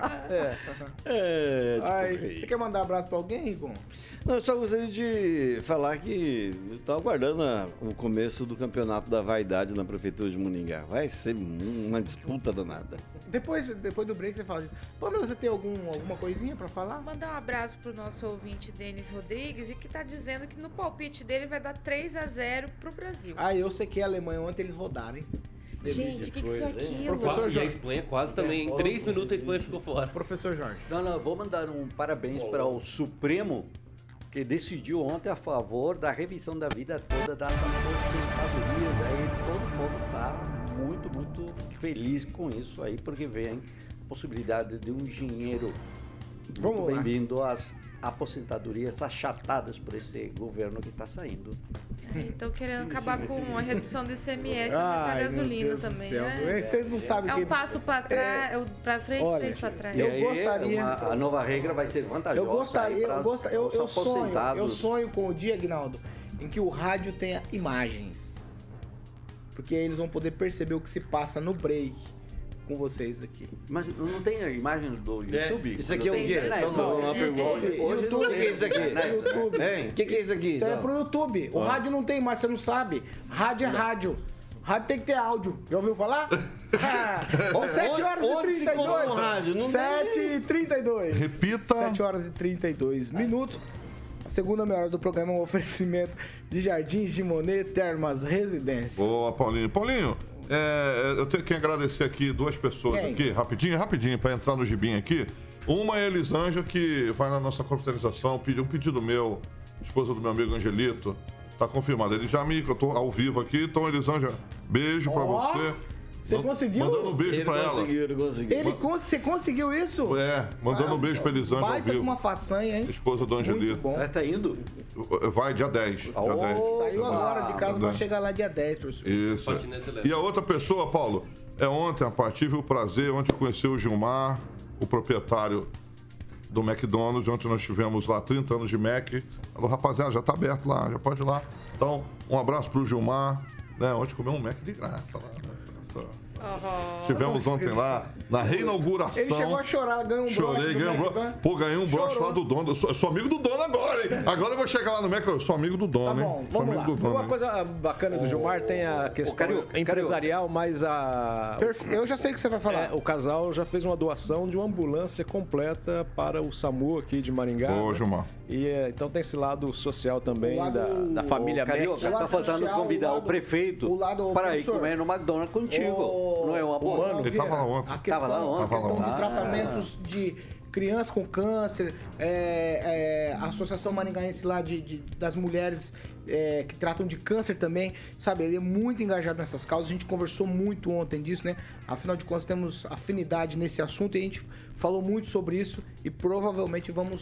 C: Você quer mandar um abraço pra alguém, Rigon?
J: Não, eu só gostaria de falar que eu tô aguardando o começo do campeonato da vaidade na prefeitura de Maringá. Vai ser uma disputa danada.
C: Depois do break você fala disso. Pamela, você tem alguma coisinha pra falar?
I: Mandar um abraço pro nosso ouvinte Denis Rodrigues e que tá dizendo que no palpite dele vai dar 3-0 pro Brasil.
C: Eu sei que a Alemanha ontem eles rodaram, hein?
I: Gente, o que foi aquilo?
G: Professor Jorge. E a Espanha quase também. Em 3 minutos a Espanha ficou fora.
C: Professor Jorge.
F: Não, vou mandar um parabéns para o Supremo, que decidiu ontem a favor da revisão da vida toda da aposentadoria. Daí todo mundo está muito feliz com isso aí, porque vem a possibilidade de um dinheiro muito bem-vindo às aposentadorias achatadas por esse governo que está saindo.
I: Estão querendo acabar com a redução do ICMS e aumentar a gasolina também, né?
C: Vocês não sabem
I: um passo para trás, para frente, três para trás.
C: Eu gostaria...
F: A nova regra vai ser vantajosa.
C: Eu sonho com o dia, Aguinaldo, em que o rádio tenha imagens. Porque aí eles vão poder perceber o que se passa no break com vocês aqui.
F: Mas não tem a imagem do YouTube?
J: Isso aqui é o quê? Uma pergunta.
C: YouTube,
J: o que é isso aqui?
C: YouTube.
J: O que é isso aqui?
C: Isso é pro YouTube. O rádio não tem mais, você não sabe. Rádio é rádio. Rádio tem que ter áudio. Já ouviu falar? 7 horas e 32. 7h32.
E: Repita.
C: 7 horas e 32 minutos. A segunda meia hora do programa é um oferecimento de Jardins de Monet Termas Residência.
E: Boa, Paulinho. Paulinho, eu tenho que agradecer aqui 2 pessoas aqui, rapidinho, para entrar no gibinho aqui. Uma é a Elisângela, que vai na nossa confraternização, pediu um pedido meu, esposa do meu amigo Angelito. Tá confirmado. Ele já eu tô ao vivo aqui, então, Elisângela, beijo pra você.
C: Você conseguiu?
E: Mandando um beijo pra ela.
J: Ele conseguiu.
C: Você conseguiu isso?
E: Mandando um beijo pra Elisângela ao vivo.
C: Com uma façanha, hein?
E: Esposa do Angelito.
F: Ela tá indo?
E: Vai dia 10.
C: Saiu agora de casa pra chegar lá dia 10, professor.
E: Isso. E a outra pessoa, Paulo, ontem, rapaz, tive o prazer, ontem conheci o Gilmar, o proprietário do McDonald's. Ontem nós tivemos lá 30 anos de Mac. Falou, rapaziada, já tá aberto lá, já pode ir lá. Então, um abraço pro Gilmar. Ontem comeu um Mac de graça lá, né? Tivemos ontem lá, na reinauguração.
C: Ele chegou a chorar, ganhou um broche.
E: Chorei, ganhei um broche. Pô, ganhei um broche lá do dono. Eu sou amigo do dono agora, hein? Agora eu vou chegar lá no Mac, eu sou amigo do dono, hein?
C: Tá bom, vamos lá.
H: Uma coisa bacana do Gilmar tem a questão empresarial, mas
C: eu já sei o que você vai falar.
H: O casal já fez uma doação de uma ambulância completa para o SAMU aqui de Maringá.
E: Ô, Gilmar.
H: E então tem esse lado social também da família Mac.
F: Carioca, tá faltando convidar o prefeito para ir comer no McDonald's contigo. Não é uma boa?
E: Ele tava lá ontem.
C: A questão de tratamentos de crianças com câncer, a Associação Maringaense lá das mulheres que tratam de câncer também, sabe? Ele é muito engajado nessas causas. A gente conversou muito ontem disso, né? Afinal de contas, temos afinidade nesse assunto e a gente falou muito sobre isso e provavelmente vamos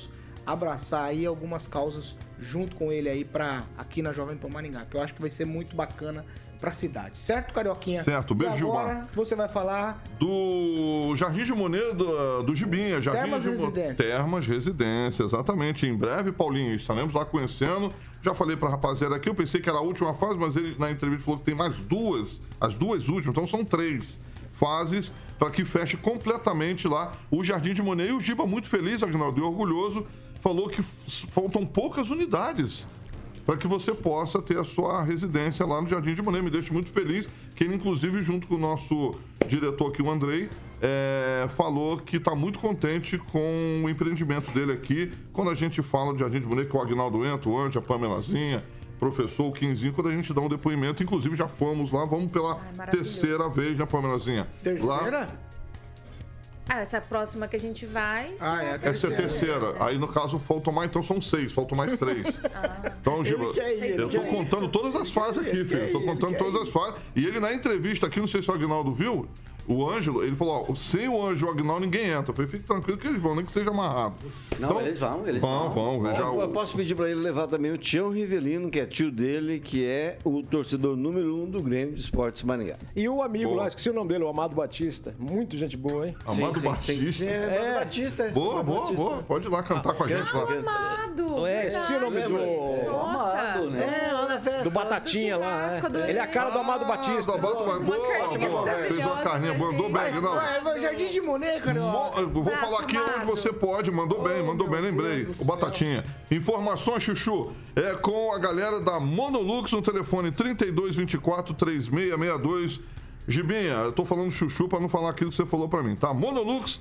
C: abraçar aí algumas causas junto com ele aí aqui na Jovem Pan Maringá, que eu acho que vai ser muito bacana pra cidade. Certo, Carioquinha?
E: Certo, beijo,
C: e agora você vai falar
E: do Jardim de Monet, do Gibinha. Termas Residência, exatamente. Em breve, Paulinho, estaremos lá conhecendo. Já falei pra rapaziada aqui, eu pensei que era a última fase, mas ele na entrevista falou que tem mais as duas últimas, então são 3 fases para que feche completamente lá o Jardim de Monet. E o Giba, muito feliz, Aguinaldo, e orgulhoso, falou que faltam poucas unidades para que você possa ter a sua residência lá no Jardim de Monet. Me deixa muito feliz que ele, inclusive, junto com o nosso diretor aqui, o Andrei, falou que está muito contente com o empreendimento dele aqui. Quando a gente fala do Jardim de Monet, que o Aguinaldo entra, o Ante, a Pamelazinha, professor, o Quinzinho, quando a gente dá um depoimento, inclusive já fomos lá, vamos pela terceira vez, né, Pamelazinha?
C: Terceira?
E: Lá,
I: essa próxima que a gente vai...
E: Essa é a terceira. Aí, no caso, faltam mais... Então, são 6. Faltam mais 3. Então, Giba, eu tô contando todas as fases aqui, filho. Tô contando todas as fases. E ele, na entrevista aqui, não sei se o Aguinaldo viu, o Ângelo, ele falou, ó, sem o Ângelo e o Aguinaldo, ninguém entra. Eu falei, fique tranquilo que eles vão, nem que seja amarrado.
J: Não,
E: então,
J: eles vão.
E: Vão.
J: Eu posso pedir pra ele levar também o Tião Rivelino, que é tio dele, que é o torcedor número 1 do Grêmio de Esportes Maringá.
H: E o amigo lá, esqueci o nome dele, o Amado Batista. Muito gente boa, hein?
E: Amado Batista.
J: Amado Batista.
E: Boa. Pode ir lá cantar com a gente lá.
I: Amado.
H: Esqueci o nome do...
J: Amado, né? Lá na festa.
H: Do Batatinha lá, Ele é a cara do Amado Batista.
E: Boa. Fez uma carninha, mandou bem, não.
C: Jardim de Monet, cara.
E: Vou falar aqui onde você pode. Mandou bem, lembrei. O Batatinha. Informações, Chuchu, é com a galera da Monolux no telefone 3224-3662. Gibinha, eu tô falando Chuchu pra não falar aquilo que você falou pra mim, tá? Monolux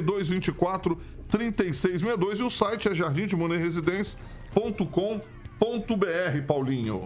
E: 3224-3662 e o site é jardimdemonerresidência.com.br, Paulinho.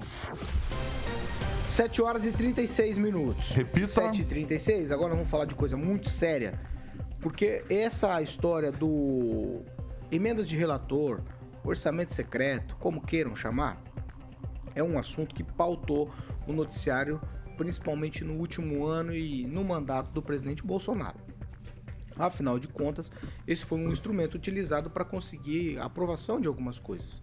C: 7 horas e 36 minutos.
E: Repita.
C: 7h36. Agora vamos falar de coisa muito séria. Porque essa história do emendas de relator, orçamento secreto, como queiram chamar, é um assunto que pautou o noticiário, principalmente no último ano e no mandato do presidente Bolsonaro. Afinal de contas, esse foi um instrumento utilizado para conseguir a aprovação de algumas coisas.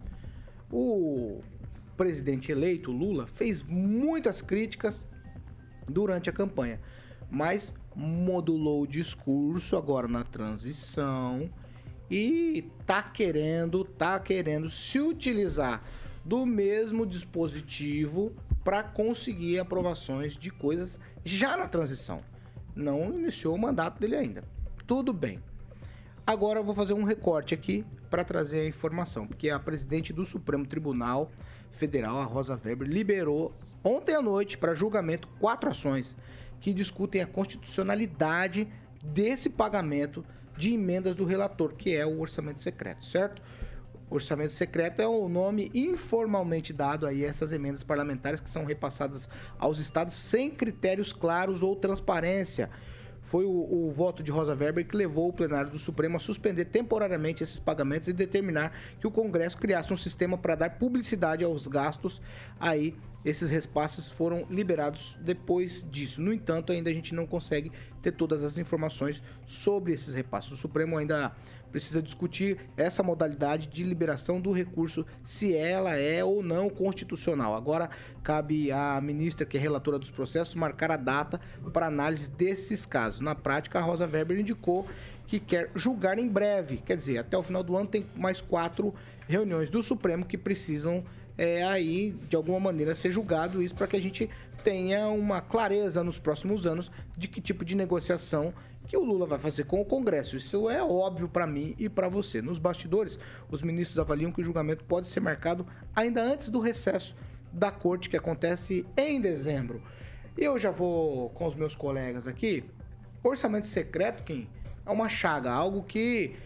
C: O presidente eleito, Lula, fez muitas críticas durante a campanha, mas modulou o discurso agora na transição e tá querendo se utilizar do mesmo dispositivo para conseguir aprovações de coisas já na transição. Não iniciou o mandato dele ainda. Tudo bem. Agora eu vou fazer um recorte aqui para trazer a informação, porque a presidente do Supremo Tribunal Federal, a Rosa Weber, liberou ontem à noite para julgamento 4 ações que discutem a constitucionalidade desse pagamento de emendas do relator, que é o orçamento secreto, certo? O orçamento secreto é o nome informalmente dado aí a essas emendas parlamentares que são repassadas aos estados sem critérios claros ou transparência. Foi o voto de Rosa Weber que levou o plenário do Supremo a suspender temporariamente esses pagamentos e determinar que o Congresso criasse um sistema para dar publicidade aos gastos. Aí, esses repasses foram liberados depois disso. No entanto, ainda a gente não consegue ter todas as informações sobre esses repasses. O Supremo ainda precisa discutir essa modalidade de liberação do recurso, se ela é ou não constitucional. Agora, cabe à ministra, que é relatora dos processos, marcar a data para análise desses casos. Na prática, a Rosa Weber indicou que quer julgar em breve. Quer dizer, até o final do ano tem mais 4 reuniões do Supremo que precisam aí, de alguma maneira, ser julgado isso para que a gente tenha uma clareza nos próximos anos de que tipo de negociação que o Lula vai fazer com o Congresso. Isso é óbvio para mim e para você. Nos bastidores, os ministros avaliam que o julgamento pode ser marcado ainda antes do recesso da corte, que acontece em dezembro. Eu já vou com os meus colegas aqui. Orçamento secreto, Kim, é uma chaga, algo que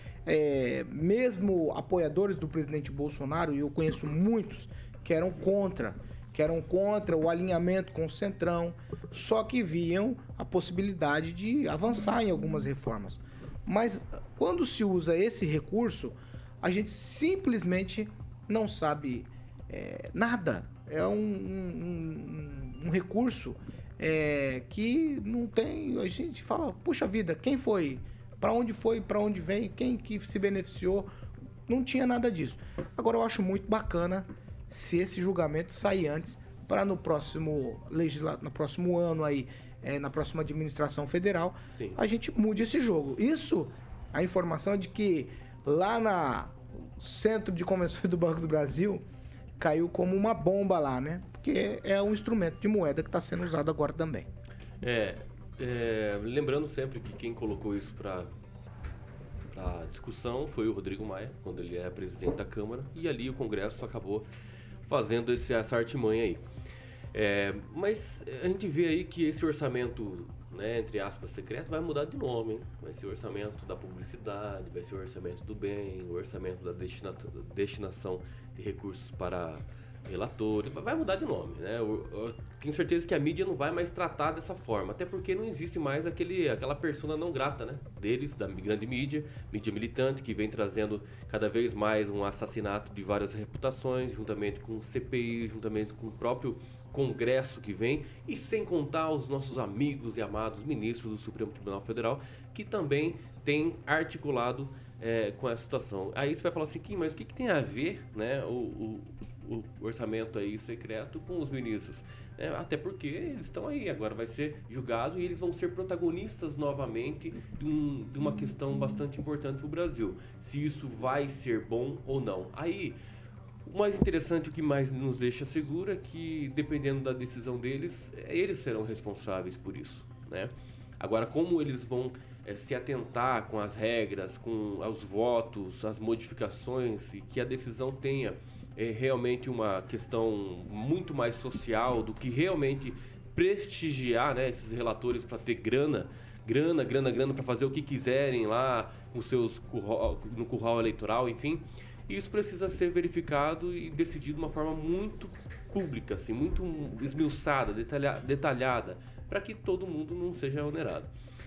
C: mesmo apoiadores do presidente Bolsonaro, e eu conheço muitos, que eram contra o alinhamento com o Centrão, só que viam a possibilidade de avançar em algumas reformas. Mas quando se usa esse recurso, a gente simplesmente não sabe nada. É um recurso que não tem... A gente fala, puxa vida, quem foi? Para onde foi? Para onde vem? Quem que se beneficiou? não tinha nada disso. Agora eu acho muito bacana se esse julgamento sair antes, para no próximo ano aí, na próxima administração federal, sim, a gente mude esse jogo. Isso, a informação é de que lá no Centro de Convenções do Banco do Brasil, caiu como uma bomba lá, né? Porque é um instrumento de moeda que está sendo usado agora também.
G: Lembrando sempre que quem colocou isso para discussão foi o Rodrigo Maia, quando ele era presidente da Câmara, e ali o Congresso acabou fazendo essa artimanha aí. Mas a gente vê aí que esse orçamento, né, entre aspas, secreto, vai mudar de nome, hein? Vai ser o orçamento da publicidade, vai ser o orçamento do bem, o orçamento da destinação de recursos para relatores, vai mudar de nome, né? Eu tenho certeza que a mídia não vai mais tratar dessa forma, até porque não existe mais aquela persona não grata, né, deles, da grande mídia militante, que vem trazendo cada vez mais um assassinato de várias reputações, juntamente com o CPI, juntamente com o próprio Congresso que vem, e sem contar os nossos amigos e amados ministros do Supremo Tribunal Federal, que também têm articulado com essa situação. Aí você vai falar assim, mas o que tem a ver, né, o orçamento aí secreto com os ministros? Até porque eles estão aí, agora vai ser julgado e eles vão ser protagonistas novamente de uma questão bastante importante para o Brasil. Se isso vai ser bom ou não. Aí, o mais interessante, o que mais nos deixa seguro é que, dependendo da decisão deles, eles serão responsáveis por isso, né? Agora, como eles vão se atentar com as regras, com os votos, as modificações, e que a decisão tenha realmente uma questão muito mais social do que realmente prestigiar, né, esses relatores para ter grana para fazer o que quiserem lá com no curral eleitoral, enfim. Isso precisa ser verificado e decidido de uma forma muito pública, assim, muito esmiuçada, detalhada, para que todo mundo não seja onerado.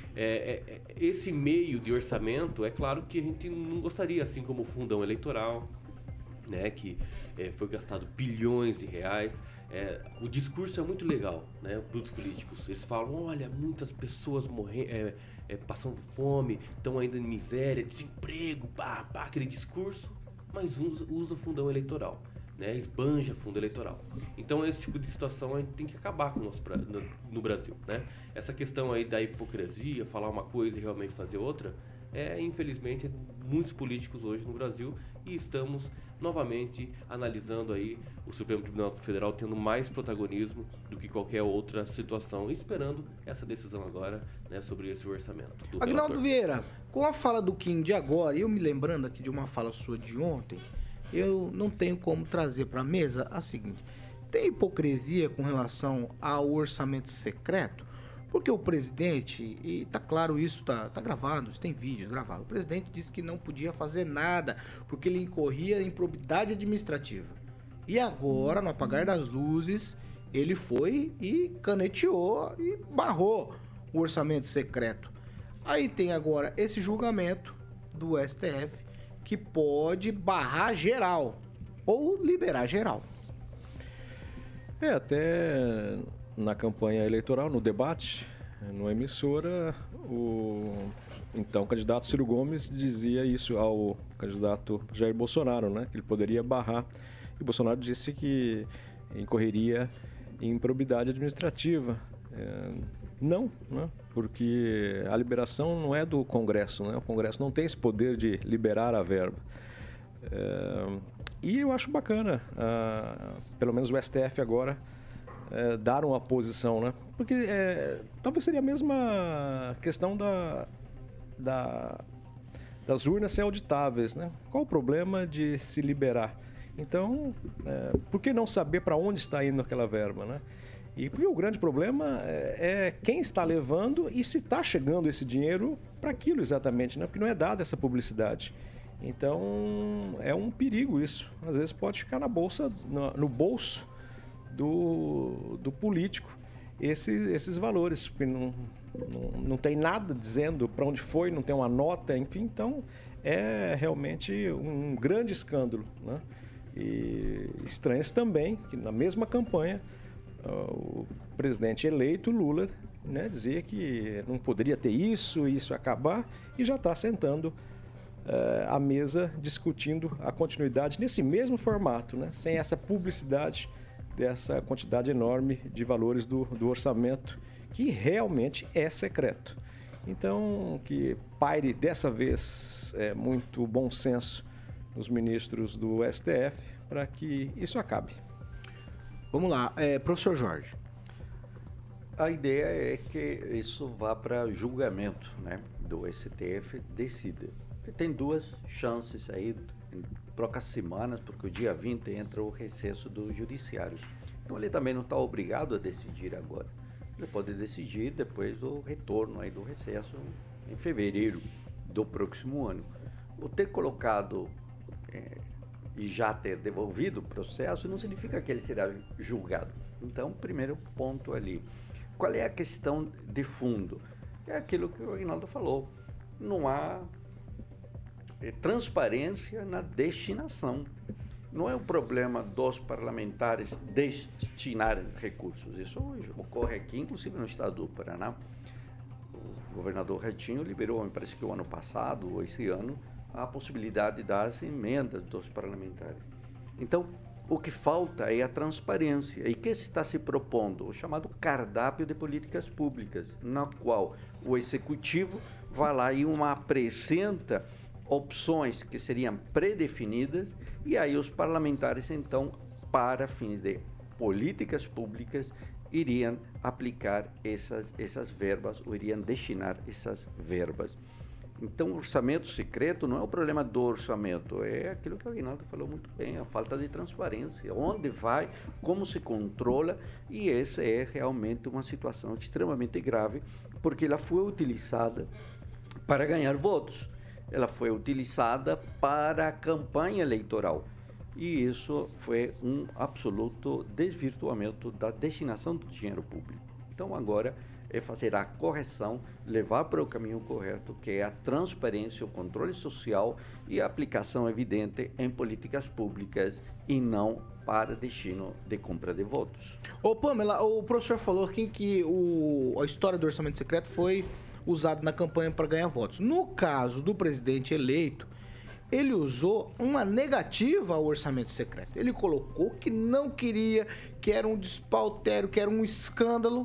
G: Esse meio de orçamento, é claro que a gente não gostaria, assim como o fundão eleitoral, né, que foi gastado bilhões de reais. O discurso é muito legal, né, para os políticos. Eles falam, olha, muitas pessoas morrendo, passando fome, estão ainda em miséria, desemprego, aquele discurso, mas usa o fundão eleitoral, né, esbanja fundo eleitoral. Então esse tipo de situação a gente tem que acabar com no Brasil, né? Essa questão aí da hipocrisia, falar uma coisa e realmente fazer outra, infelizmente, muitos políticos hoje no Brasil, e estamos novamente analisando aí o Supremo Tribunal Federal tendo mais protagonismo do que qualquer outra situação, esperando essa decisão agora, né, sobre esse orçamento.
C: Agnaldo Vieira, com a fala do Kim de agora, eu me lembrando aqui de uma fala sua de ontem, eu não tenho como trazer para a mesa a seguinte: tem hipocrisia com relação ao orçamento secreto? Porque o presidente, e tá claro isso, tá gravado, tem vídeos gravados, o presidente disse que não podia fazer nada, porque ele incorria em improbidade administrativa. E agora, no apagar das luzes, ele foi e caneteou e barrou o orçamento secreto. Aí tem agora esse julgamento do STF, que pode barrar geral, ou liberar geral.
H: Até na campanha eleitoral, no debate, numa emissora, o então candidato Ciro Gomes dizia isso ao candidato Jair Bolsonaro, né, que ele poderia barrar. E o Bolsonaro disse que incorreria em improbidade administrativa. Não, né, porque a liberação não é do Congresso, né? O Congresso não tem esse poder de liberar a verba. E eu acho bacana, pelo menos o STF agora, dar uma posição, né? Porque talvez seria a mesma questão das urnas ser auditáveis, né? Qual o problema de se liberar? Então, por que não saber para onde está indo aquela verba, né? E porque o grande problema é quem está levando e se está chegando esse dinheiro para aquilo exatamente, né? Porque não é dada essa publicidade. Então, é um perigo isso. Às vezes pode ficar na bolsa, no bolso do político esses valores, porque não tem nada dizendo para onde foi, não tem uma nota, enfim. Então, é realmente um grande escândalo, né? E estranha-se também que na mesma campanha o presidente eleito, Lula, né, dizia que não poderia ter isso acabar, e já está sentando à mesa discutindo a continuidade nesse mesmo formato, né? Sem essa publicidade dessa quantidade enorme de valores do orçamento, que realmente é secreto. Então, que paire dessa vez muito bom senso nos ministros do STF para que isso acabe.
C: Vamos lá, professor Jorge.
F: A ideia é que isso vá para julgamento, né, do STF decida. Tem duas chances aí, em poucas semanas, porque o dia 20 entra o recesso do judiciário. Então ele também não está obrigado a decidir agora. Ele pode decidir depois do retorno aí do recesso em fevereiro do próximo ano. O ter colocado e já ter devolvido o processo não significa que ele será julgado. Então, primeiro ponto ali. Qual é a questão de fundo? É aquilo que o Aguinaldo falou. Não há transparência na destinação. Não é o problema dos parlamentares destinarem recursos. Isso ocorre aqui, inclusive no estado do Paraná. O governador Ratinho liberou, me parece que o ano passado ou esse ano, a possibilidade das emendas dos parlamentares. Então, o que falta é a transparência. E o que se está se propondo? O chamado cardápio de políticas públicas, na qual o executivo vai lá e apresenta opções que seriam predefinidas e aí os parlamentares, então, para fins de políticas públicas, iriam aplicar essas verbas ou iriam destinar essas verbas. Então, o orçamento secreto não é o problema do orçamento, é aquilo que o Aguinaldo falou muito bem, a falta de transparência, onde vai, como se controla, e essa é realmente uma situação extremamente grave, porque ela foi utilizada para ganhar votos, ela foi utilizada para a campanha eleitoral, e isso foi um absoluto desvirtuamento da destinação do dinheiro público. Então, agora é fazer a correção, levar para o caminho correto, que é a transparência, o controle social e a aplicação evidente em políticas públicas e não para destino de compra de votos.
C: Ô Pamela, o professor falou aqui que a história do orçamento secreto foi usada na campanha para ganhar votos. No caso do presidente eleito, ele usou uma negativa ao orçamento secreto. Ele colocou que não queria, que era um despautério, que era um escândalo,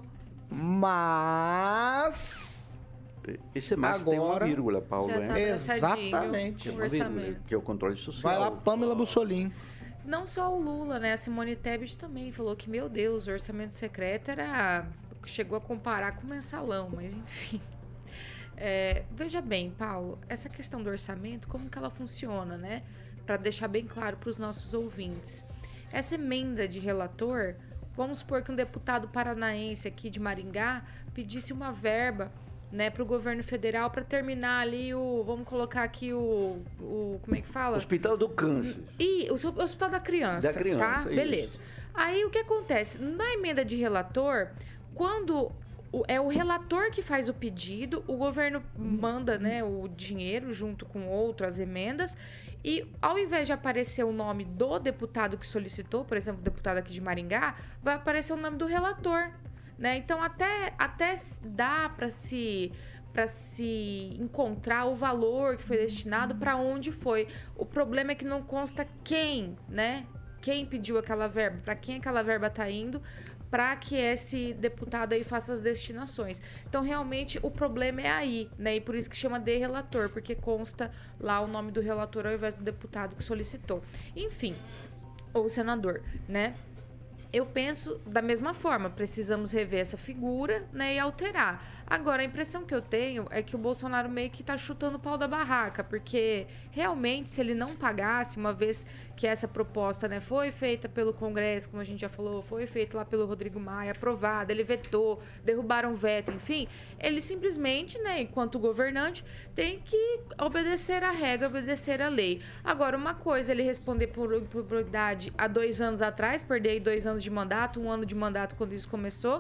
C: mas
F: esse mais agora tem uma vírgula, Paulo.
I: Tá
C: exatamente.
F: Que é o controle social.
C: Vai lá, Pamela Bussolini.
I: Não só o Lula, né? A Simone Tebet também falou que, meu Deus, o orçamento secreto chegou a comparar com mensalão, mas enfim. Veja bem, Paulo, essa questão do orçamento, como que ela funciona, né? Para deixar bem claro para os nossos ouvintes. Essa emenda de relator, vamos supor que um deputado paranaense aqui de Maringá pedisse uma verba, né, para o governo federal para terminar ali vamos colocar aqui como é que fala?
F: Hospital do Câncer.
I: E o Hospital da Criança.
F: Da criança,
I: tá?
F: isso.
I: Beleza. Aí o que acontece? Na emenda de relator, quando é o relator que faz o pedido, o governo manda, né, o dinheiro junto com outras emendas e ao invés de aparecer o nome do deputado que solicitou, por exemplo, o deputado aqui de Maringá, vai aparecer o nome do relator, né? Então até dá para se encontrar o valor que foi destinado, para onde foi. O problema é que não consta quem, né? Quem pediu aquela verba, para quem aquela verba está indo, para que esse deputado aí faça as destinações. Então, realmente, o problema é aí, né? E por isso que chama de relator, porque consta lá o nome do relator ao invés do deputado que solicitou. Enfim, ou senador, né? Eu penso da mesma forma, precisamos rever essa figura, né, e alterar. Agora, a impressão que eu tenho é que o Bolsonaro meio que tá chutando o pau da barraca, porque realmente, se ele não pagasse, uma vez que essa proposta, né, foi feita pelo Congresso, como a gente já falou, foi feita lá pelo Rodrigo Maia, aprovada, ele vetou, derrubaram o veto, enfim, ele simplesmente, né, enquanto governante, tem que obedecer a regra, obedecer a lei. Agora, uma coisa, ele responder por improbidade há 2 anos atrás, perder 2 anos de mandato, 1 ano de mandato quando isso começou,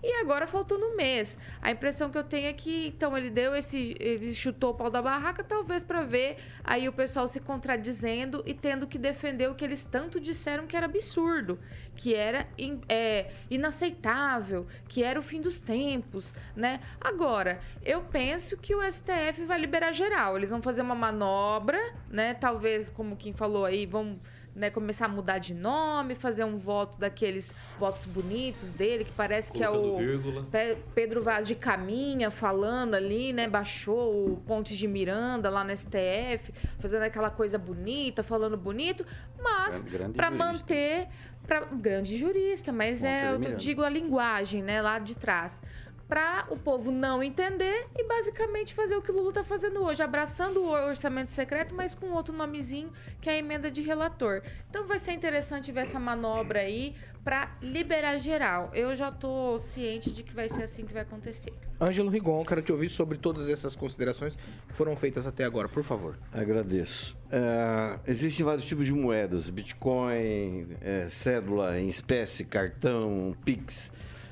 I: e agora faltando um mês. A impressão que eu tenho é que, então, ele chutou o pau da barraca, talvez para ver aí o pessoal se contradizendo e tendo que defender o que eles tanto disseram que era absurdo, que era inaceitável, que era o fim dos tempos, né? Agora, eu penso que o STF vai liberar geral. Eles vão fazer uma manobra, né? Talvez, como quem falou aí, vão, né, começar a mudar de nome, fazer um voto daqueles votos bonitos dele, que parece que é o Pedro Vaz de Caminha falando ali, né? Baixou o Pontes de Miranda lá no STF, fazendo aquela coisa bonita, falando bonito, mas para manter... grande jurista, mas eu digo a linguagem, né, lá de trás. Para o povo não entender e basicamente fazer o que o Lula está fazendo hoje, abraçando o orçamento secreto, mas com outro nomezinho, que é a emenda de relator. Então vai ser interessante ver essa manobra aí para liberar geral. Eu já estou ciente de que vai ser assim que vai acontecer.
C: Ângelo Rigon, quero te ouvir sobre todas essas considerações que foram feitas até agora, por favor.
J: Agradeço. Existem vários tipos de moedas, Bitcoin, cédula em espécie, cartão, Pix.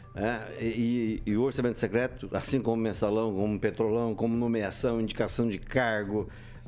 J: E o orçamento secreto, assim como mensalão, como petrolão, como nomeação, indicação de cargo,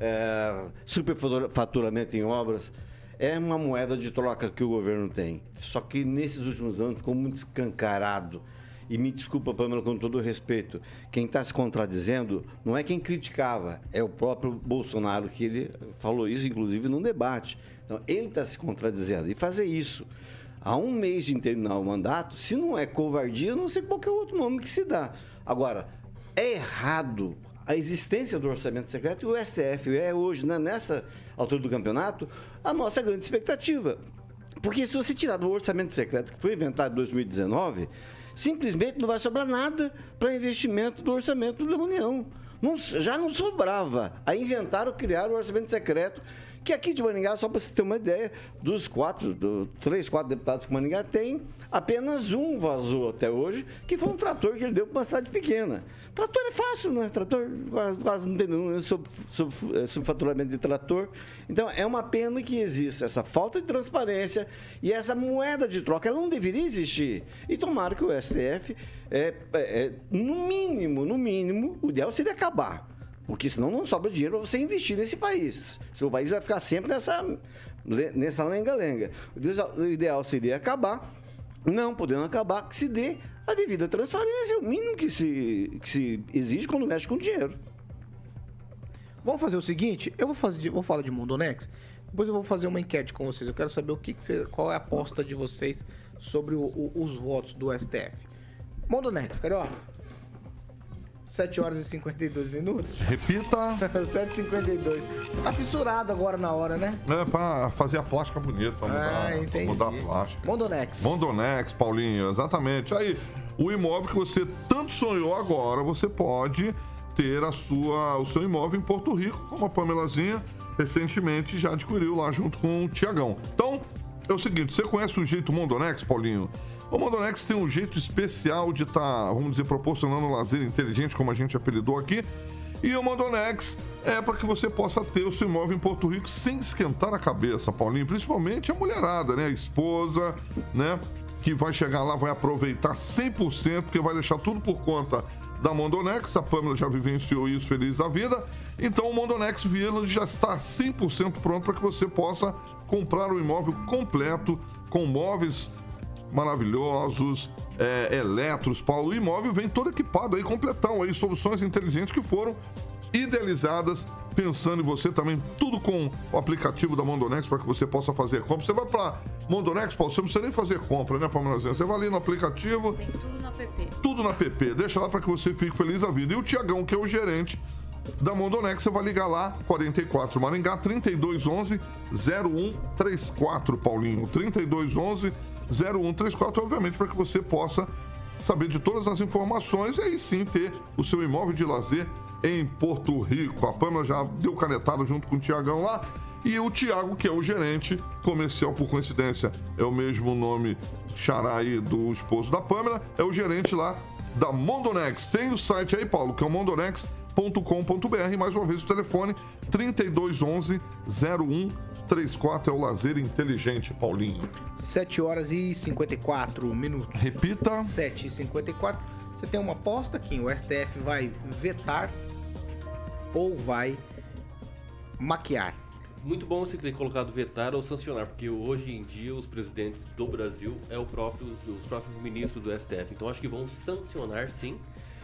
J: superfaturamento em obras, é uma moeda de troca que o governo tem. Só que nesses últimos anos ficou muito escancarado. E me desculpa, Pamela, com todo o respeito, quem está se contradizendo não é quem criticava, é o próprio Bolsonaro, que ele falou isso, inclusive, num debate. Então, ele está se contradizendo. E fazer isso há um mês de terminar o mandato, se não é covardia, eu não sei qual que é o outro nome que se dá. Agora, é errado a existência do orçamento secreto e o STF é hoje, né, nessa altura do campeonato, a nossa grande expectativa. Porque se você tirar do orçamento secreto que foi inventado em 2019, simplesmente não vai sobrar nada para investimento do orçamento da União. Já não sobrava. Aí inventaram, criaram o orçamento secreto, que aqui de Maringá, só para você ter uma ideia, dos 3, 4 deputados que Maringá tem, apenas um vazou até hoje, que foi um trator que ele deu para uma cidade pequena. Trator é fácil, né? Trator quase não tem nenhum subfaturamento de trator. Então, é uma pena que exista essa falta de transparência e essa moeda de troca, ela não deveria existir. E tomara que o STF, no mínimo, o ideal seria acabar. Porque senão não sobra dinheiro para você investir nesse país. O país vai ficar sempre nessa lenga-lenga. O ideal seria acabar, não podendo acabar, que se dê a devida transparência, é o mínimo que se exige quando mexe com dinheiro.
C: Vamos fazer o seguinte, eu vou falar de Mondonex, depois eu vou fazer uma enquete com vocês. Eu quero saber qual é a aposta de vocês sobre os votos do STF. Mondonex, Carioca. 7 horas e 52 minutos.
E: Repita.
C: 7h52. Tá fissurado agora na hora, né?
E: É pra fazer a plástica bonita, pra mudar a plástica. Mondonex, Paulinho, exatamente. Aí, o imóvel que você tanto sonhou agora, você pode ter o seu imóvel em Porto Rico, como a Pamelazinha recentemente já adquiriu lá junto com o Tiagão. Então, é o seguinte, você conhece o jeito Mondonex, Paulinho? O Mondonex tem um jeito especial de estar, vamos dizer, proporcionando um lazer inteligente, como a gente apelidou aqui. E o Mondonex é para que você possa ter o seu imóvel em Porto Rico sem esquentar a cabeça, Paulinho. Principalmente a mulherada, né? A esposa, né? Que vai chegar lá, vai aproveitar 100%, porque vai deixar tudo por conta da Mondonex. A Pamela já vivenciou isso, feliz da vida. Então o Mondonex Village já está 100% pronto para que você possa comprar o imóvel completo, com móveis maravilhosos, eletros, Paulo. O imóvel vem todo equipado aí, completão aí, soluções inteligentes que foram idealizadas pensando em você também, tudo com o aplicativo da Mondonex para que você possa fazer compra. Você vai para Mondonex, Paulo, você não precisa nem fazer compra, né, Pamelazinha? Você vai ali no aplicativo.
I: Tem tudo na PP.
E: Tudo na PP. Deixa lá para que você fique feliz da vida. E o Tiagão, que é o gerente da Mondonex, você vai ligar lá, 44 Maringá, 3211-0134, Paulinho. 3211-0134, obviamente, para que você possa saber de todas as informações e aí sim ter o seu imóvel de lazer em Porto Rico. A Pamela já deu canetada junto com o Tiagão lá. E o Tiago, que é o gerente comercial, por coincidência, é o mesmo nome xará aí do esposo da Pamela, é o gerente lá da Mondonex. Tem o site aí, Paulo, que é o mondonex.com.br. Mais uma vez o telefone 3211-0134. 3434 é o lazer inteligente, Paulinho.
C: 7 horas e 54 minutos.
E: Repita.
C: 7h54. Você tem uma aposta, Kim? O STF vai vetar ou vai maquiar?
G: Muito bom você ter colocado vetar ou sancionar, porque hoje em dia os presidentes do Brasil os próprios ministros do STF. Então acho que vão sancionar sim,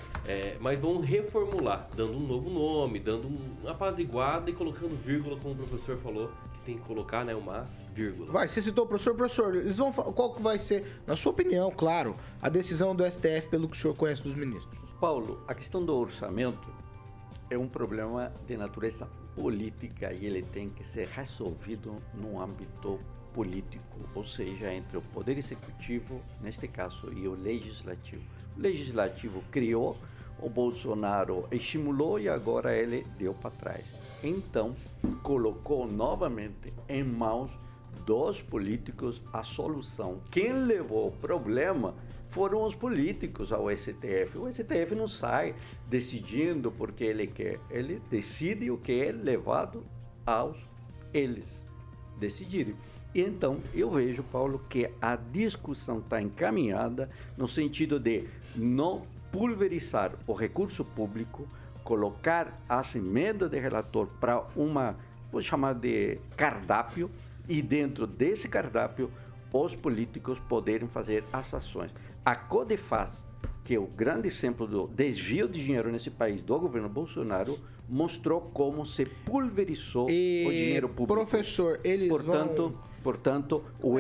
G: mas vão reformular, dando um novo nome, dando uma apaziguada e colocando vírgula, como o professor falou, que tem que colocar, né, o mas, vírgula.
C: Vai, você citou o professor, eles vão, qual que vai ser, na sua opinião, claro, a decisão do STF pelo que o senhor conhece dos ministros?
F: Paulo, a questão do orçamento é um problema de natureza política e ele tem que ser resolvido no âmbito político, ou seja, entre o Poder Executivo, neste caso, e o Legislativo. O Legislativo criou, o Bolsonaro estimulou e agora ele deu para trás. Então, colocou novamente em mãos dos políticos a solução. Quem levou o problema foram os políticos ao STF. O STF não sai decidindo porque ele quer. Ele decide o que é levado aos eles decidirem. E então eu vejo, Paulo, que a discussão está encaminhada no sentido de não pulverizar o recurso público, colocar as emendas de relator para vou chamar de cardápio, e dentro desse cardápio os políticos poderem fazer as ações. A Codefaz, que é o grande exemplo do desvio de dinheiro nesse país do governo Bolsonaro, mostrou como se pulverizou o dinheiro público.
C: Professor, eles
F: Portanto, o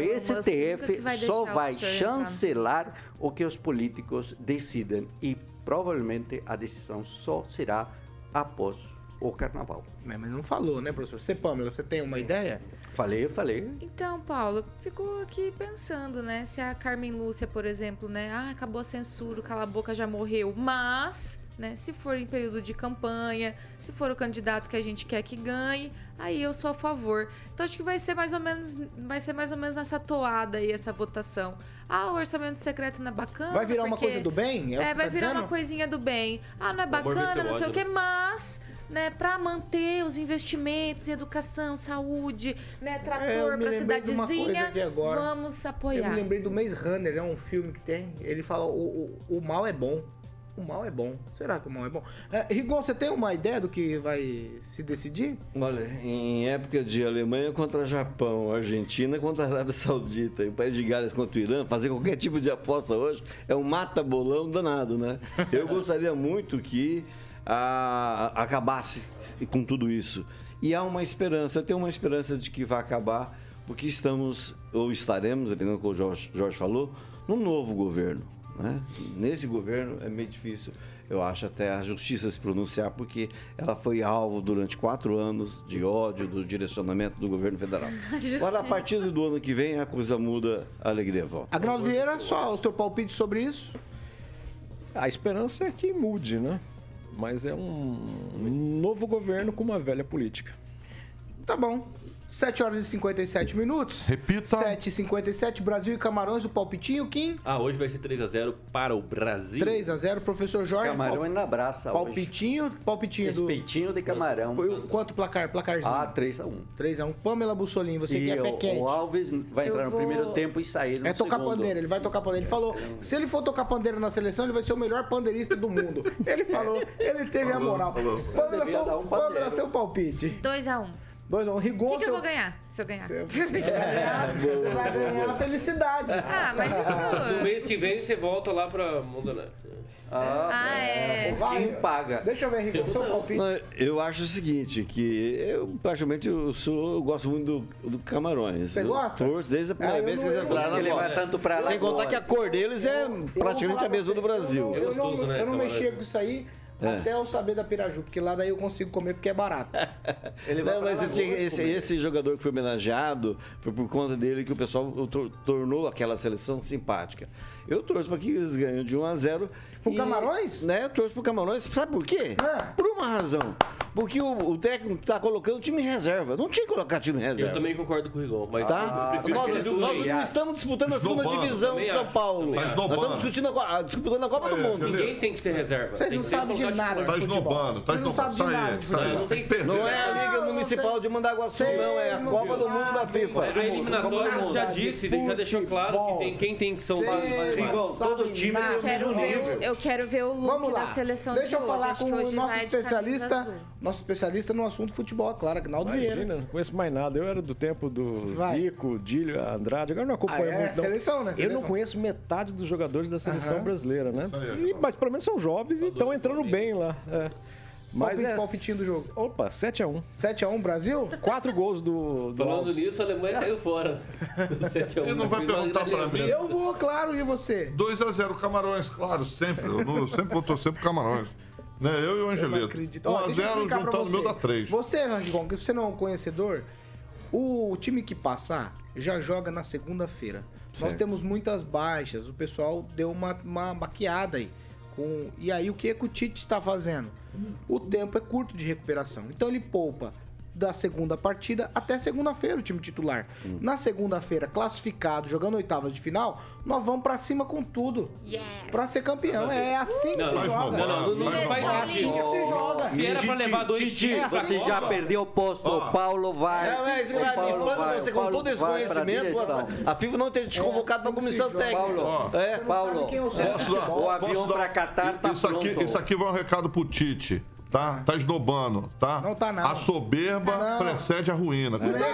F: STF só vai chancelar o que os políticos decidem e provavelmente a decisão só será após o carnaval.
C: Mas não falou, né, professor? Você, Pâmela, você tem uma ideia?
F: Falei.
I: Então, Paulo, ficou aqui pensando, né? Se a Carmen Lúcia, por exemplo, né? Acabou a censura, o Cala a Boca já morreu. Mas, né? Se for em período de campanha, se for o candidato que a gente quer que ganhe, aí eu sou a favor. Então, acho que vai ser mais ou menos nessa toada aí, essa votação. O orçamento secreto não é bacana.
C: Vai virar uma coisa do bem?
I: Vai virar uma coisinha do bem. Não é bacana, não sei o que, mas... né, para manter os investimentos em educação, saúde, né, trator para cidadezinha, vamos apoiar.
C: Eu me lembrei do Maze Runner, é um filme que tem, ele fala o mal é bom. O mal é bom. Será que o mal é bom? Rigon, você tem uma ideia do que vai se decidir?
J: Olha, em época de Alemanha contra Japão, Argentina contra a Arábia Saudita, e o país de Gales contra o Irã, fazer qualquer tipo de aposta hoje é um mata-bolão danado, né? Eu gostaria muito que acabasse com tudo isso. E há uma esperança, eu tenho uma esperança de que vai acabar, porque estamos, ou estaremos, dependendo do que o Jorge falou, num novo governo. Né? Nesse governo é meio difícil, eu acho, até a justiça se pronunciar, porque ela foi alvo durante 4 anos de ódio do direcionamento do governo federal. Agora, a partir do ano que vem, a coisa muda, a alegria volta.
C: Agnaldo Vieira, só o seu palpite sobre isso?
H: A esperança é que mude, né? Mas é um novo governo com uma velha política.
C: Tá bom. 7 horas e 57 minutos.
E: Repita.
C: 7h57, Brasil e Camarões, o palpitinho, Kim?
G: Hoje vai ser 3-0 para o Brasil.
C: 3-0, professor Jorge.
F: Camarão ainda abraça
C: palpitinho
F: hoje. Respeitinho de camarão.
C: Quanto placarzinho?
F: 3-1.
C: 3-1. Pamela Bussolini, você que é pé quente.
F: O Alves vai entrar no primeiro tempo e sair no segundo.
C: Tocar pandeira, ele vai tocar pandeira. Ele falou, se ele for tocar pandeira na seleção, ele vai ser o melhor pandeirista do mundo. Ele falou, ele teve a moral. Pamela, seu palpite.
I: 2-1.
C: 2-1. Rigon,
I: o que eu vou ganhar se eu ganhar?
C: Você vai ganhar a felicidade.
I: Mas isso...
G: No mês que vem você volta lá pra Mondanete.
F: Quem paga?
C: Deixa eu ver, Rigon, seu palpite.
J: Eu acho o seguinte, que eu praticamente eu gosto muito do Camarões.
C: Você gosta?
J: Torço desde a primeira vez que eles entraram na bola.
F: Tanto pra
J: sem contar que a cor deles é praticamente a mesma do Brasil.
C: Eu não mexia com isso aí. Até eu saber da Piraju, porque lá daí eu consigo comer porque é barato.
J: Esse jogador que foi homenageado foi por conta dele que o pessoal tornou aquela seleção simpática. Eu torço para que eles ganhem de 1-0.
C: Pro Camarões?
J: Né, eu torço pro Camarões. Sabe por quê? Por uma razão. Porque o técnico tá colocando time em reserva. Não tinha que colocar time em reserva.
G: Eu também concordo com o Rigon. Mas
J: Tá? Nós não estamos disputando a segunda divisão de São Paulo. Nós estamos disputando a Copa do Mundo.
G: Ninguém tem que ser reserva.
C: Vocês não sabem de nada de futebol. Vocês não sabem de nada de futebol.
J: Não é a Liga Municipal de Mandaguaçu, não. É a Copa do Mundo da FIFA.
G: A eliminatória já disse, já deixou claro que quem tem que são
J: Rigon, todo time tem o mesmo nível.
I: Eu quero ver o look da seleção de hoje.
C: Deixa eu falar com o nosso especialista.
I: azul.
C: Nosso especialista no assunto futebol, claro, Agnaldo Vieira.
H: Imagina, não conheço mais nada. Eu era do tempo do Zico, Dílio, Andrade. Agora não acompanho muito. Não.
C: Seleção, né?
H: Eu não conheço metade dos jogadores da seleção brasileira, né? Mas pelo menos são jovens e estão entrando bem lá. Mas
C: palpitinho do jogo.
H: Opa, 7-1.
C: 7-1 Brasil?
H: 4 gols do
G: Falando
H: Alves.
G: nisso, a Alemanha caiu fora. 7-1.
E: Ele não vai perguntar pra mim.
C: Eu vou, claro, e você?
E: 2-0 Camarões, claro, sempre. Eu sempre vou torcer pro Camarões. Né? Eu e o Angelito. 1-0 juntando o meu dá 3.
C: Você, Rangigon, que você não é um conhecedor, o time que passar já joga na segunda-feira. Nós temos muitas baixas, o pessoal deu uma baqueada aí. E aí o que o Tite está fazendo? O tempo é curto de recuperação. Então ele poupa da segunda partida até segunda-feira o time titular. Na segunda-feira, classificado, jogando oitavas de final, nós vamos pra cima com tudo. Pra ser campeão. É assim que se joga.
G: Não faz
C: assim que se joga.
G: Se era pra levar 2 times,
F: você já perdeu o posto. O Paulo vai.
J: Você com todo esse conhecimento, a FIFA não tem te convocado pra comissão técnica.
F: Paulo, o avião pra Catar tá pronto.
E: Isso aqui vai um recado pro Tite. Tá esnobando, tá?
C: Não tá, não.
E: A soberba precede a ruína.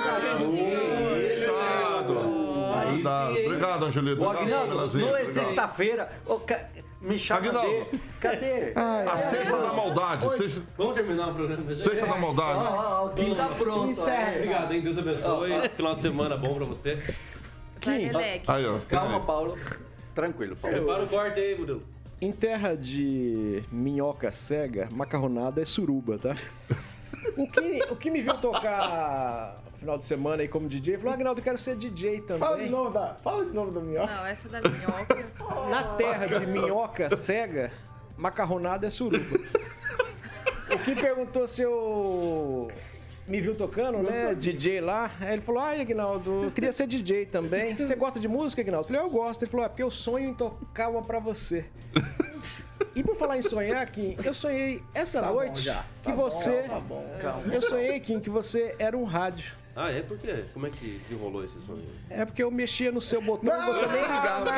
E: Cuidado. Obrigado, Angelito.
F: Não é sexta-feira. Me chama. Cadê?
E: A sexta da maldade.
G: Vamos terminar o programa.
E: Sexta da maldade.
F: O Kim tá pronto.
G: Obrigado, hein? Deus abençoe. Final de semana bom pra você.
E: Aí, ó.
F: Calma, Paulo. Tranquilo, Paulo.
G: Prepara o corte aí, Bruno.
H: Em terra de minhoca cega, macarronada é suruba, tá? O que me viu tocar no final de semana aí como DJ, falou, Agnaldo, eu quero ser DJ também.
C: Fala de novo da minhoca.
I: Não, essa da minhoca.
H: Na terra de minhoca cega, macarronada é suruba. O que perguntou se eu me viu tocando, né, DJ lá, aí ele falou, Agnaldo, eu queria ser DJ também. Você gosta de música, Agnaldo? Eu falei, eu gosto. Ele falou, porque eu sonho em tocar uma pra você. E por falar em sonhar, Kim, eu sonhei essa noite que você... Eu sonhei, Kim, que você era um rádio.
G: Ah, é? Por quê? Como é que desenrolou esse sonho?
H: É porque eu mexia no seu botão e você nem ligava.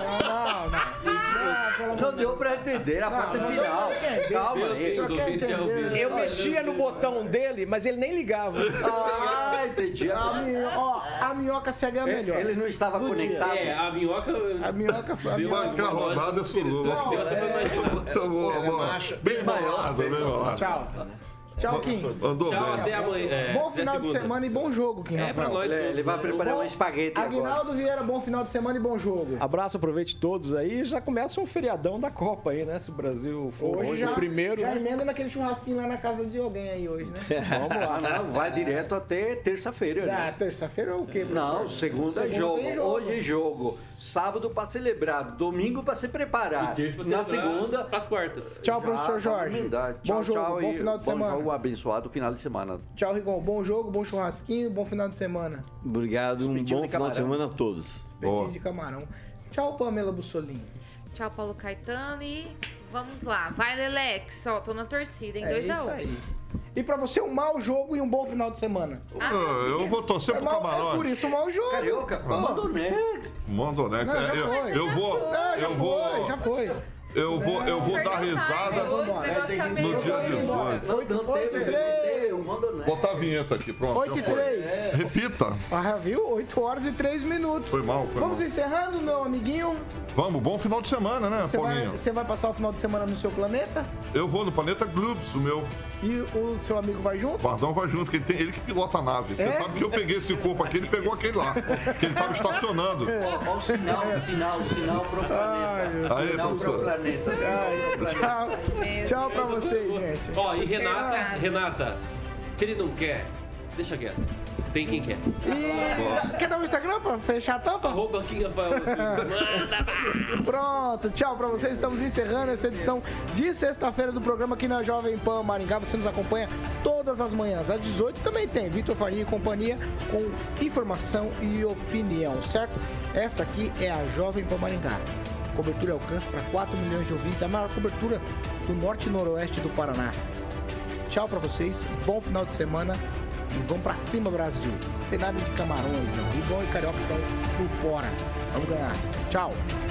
F: Não deu pra entender a parte final. Calma,
H: eu mexia no botão dele, mas ele nem ligava.
F: Entendi.
C: A minhoca cega é a melhor.
F: Ele não estava conectado.
G: A minhoca
C: foi
E: a minhoca. Que a rodada é suruba. Bem bolada.
C: Tchau, Kim.
G: Tchau, até amanhã.
C: Bom final de semana e bom jogo, Kim.
G: Pra nós.
F: Ele vai preparar um espaguete agora.
C: Agnaldo Vieira, bom final de semana e bom jogo.
H: Abraço, aproveite todos aí. Já começa um feriadão da Copa aí, né? Se o Brasil for hoje o primeiro.
C: Já emenda naquele churrasquinho lá na casa de alguém aí hoje, né?
F: Vamos lá. Não, vai direto até terça-feira. Né?
C: Terça-feira é o quê, professor?
F: Não, segunda é jogo. Hoje é jogo. Sábado pra celebrar. Domingo pra se preparar. Na segunda.
G: Pras quartas.
C: Tchau, professor Jorge.
F: Bom
C: jogo, bom final de semana.
F: Bom jogo, abençoado final de semana.
C: Tchau, Rigon. Bom jogo, bom churrasquinho, bom final de semana.
J: Obrigado, um bom final de semana a todos.
C: Espetinho de camarão. Tchau, Pamela Bussolini.
I: Tchau, Paulo Caetano e vamos lá. Vai, Lelex. Ó, tô na torcida, hein? 2-1.
C: E pra você, um mau jogo e um bom final de semana.
E: Eu vou torcer pro Camarões.
C: É por isso, um mau jogo.
F: Carioca,
E: Mandonex.
C: Já foi.
E: Eu vou dar risada no dia 18. Botar a vinheta aqui, pronto.
C: 8h03.
E: Repita.
C: Viu? 8 horas e 3 minutos.
E: Foi mal.
C: Vamos encerrando, meu amiguinho.
E: Vamos, bom final de semana, né, Paulinho?
C: Você vai passar o final de semana no seu planeta?
E: Eu vou no planeta Gloops, o meu.
C: E o seu amigo vai junto?
E: O Bardão vai junto, que ele que pilota a nave. Você sabe que eu peguei esse corpo aqui, ele pegou aquele lá. Que ele tava estacionando.
F: Olha o sinal pro planeta.
E: Aí, professor.
C: Tchau pra vocês, gente.
G: Ó, e Renata, se ele não quer, deixa quieto. Tem quem quer.
C: E quer dar um Instagram pra fechar a tampa?
G: King Rafael. Manda,
C: Pronto, tchau pra vocês. Estamos encerrando essa edição de sexta-feira do programa aqui na Jovem Pan Maringá. Você nos acompanha todas as manhãs. Às 18 também tem Vitor Faria e companhia com informação e opinião, certo? Essa aqui é a Jovem Pan Maringá. Cobertura e alcance para 4 milhões de ouvintes. A maior cobertura do norte e noroeste do Paraná. Tchau pra vocês. Bom final de semana. E vamos pra cima, Brasil. Não tem nada de Camarões, não. Ribão e Carioca estão por fora. Vamos ganhar. Tchau.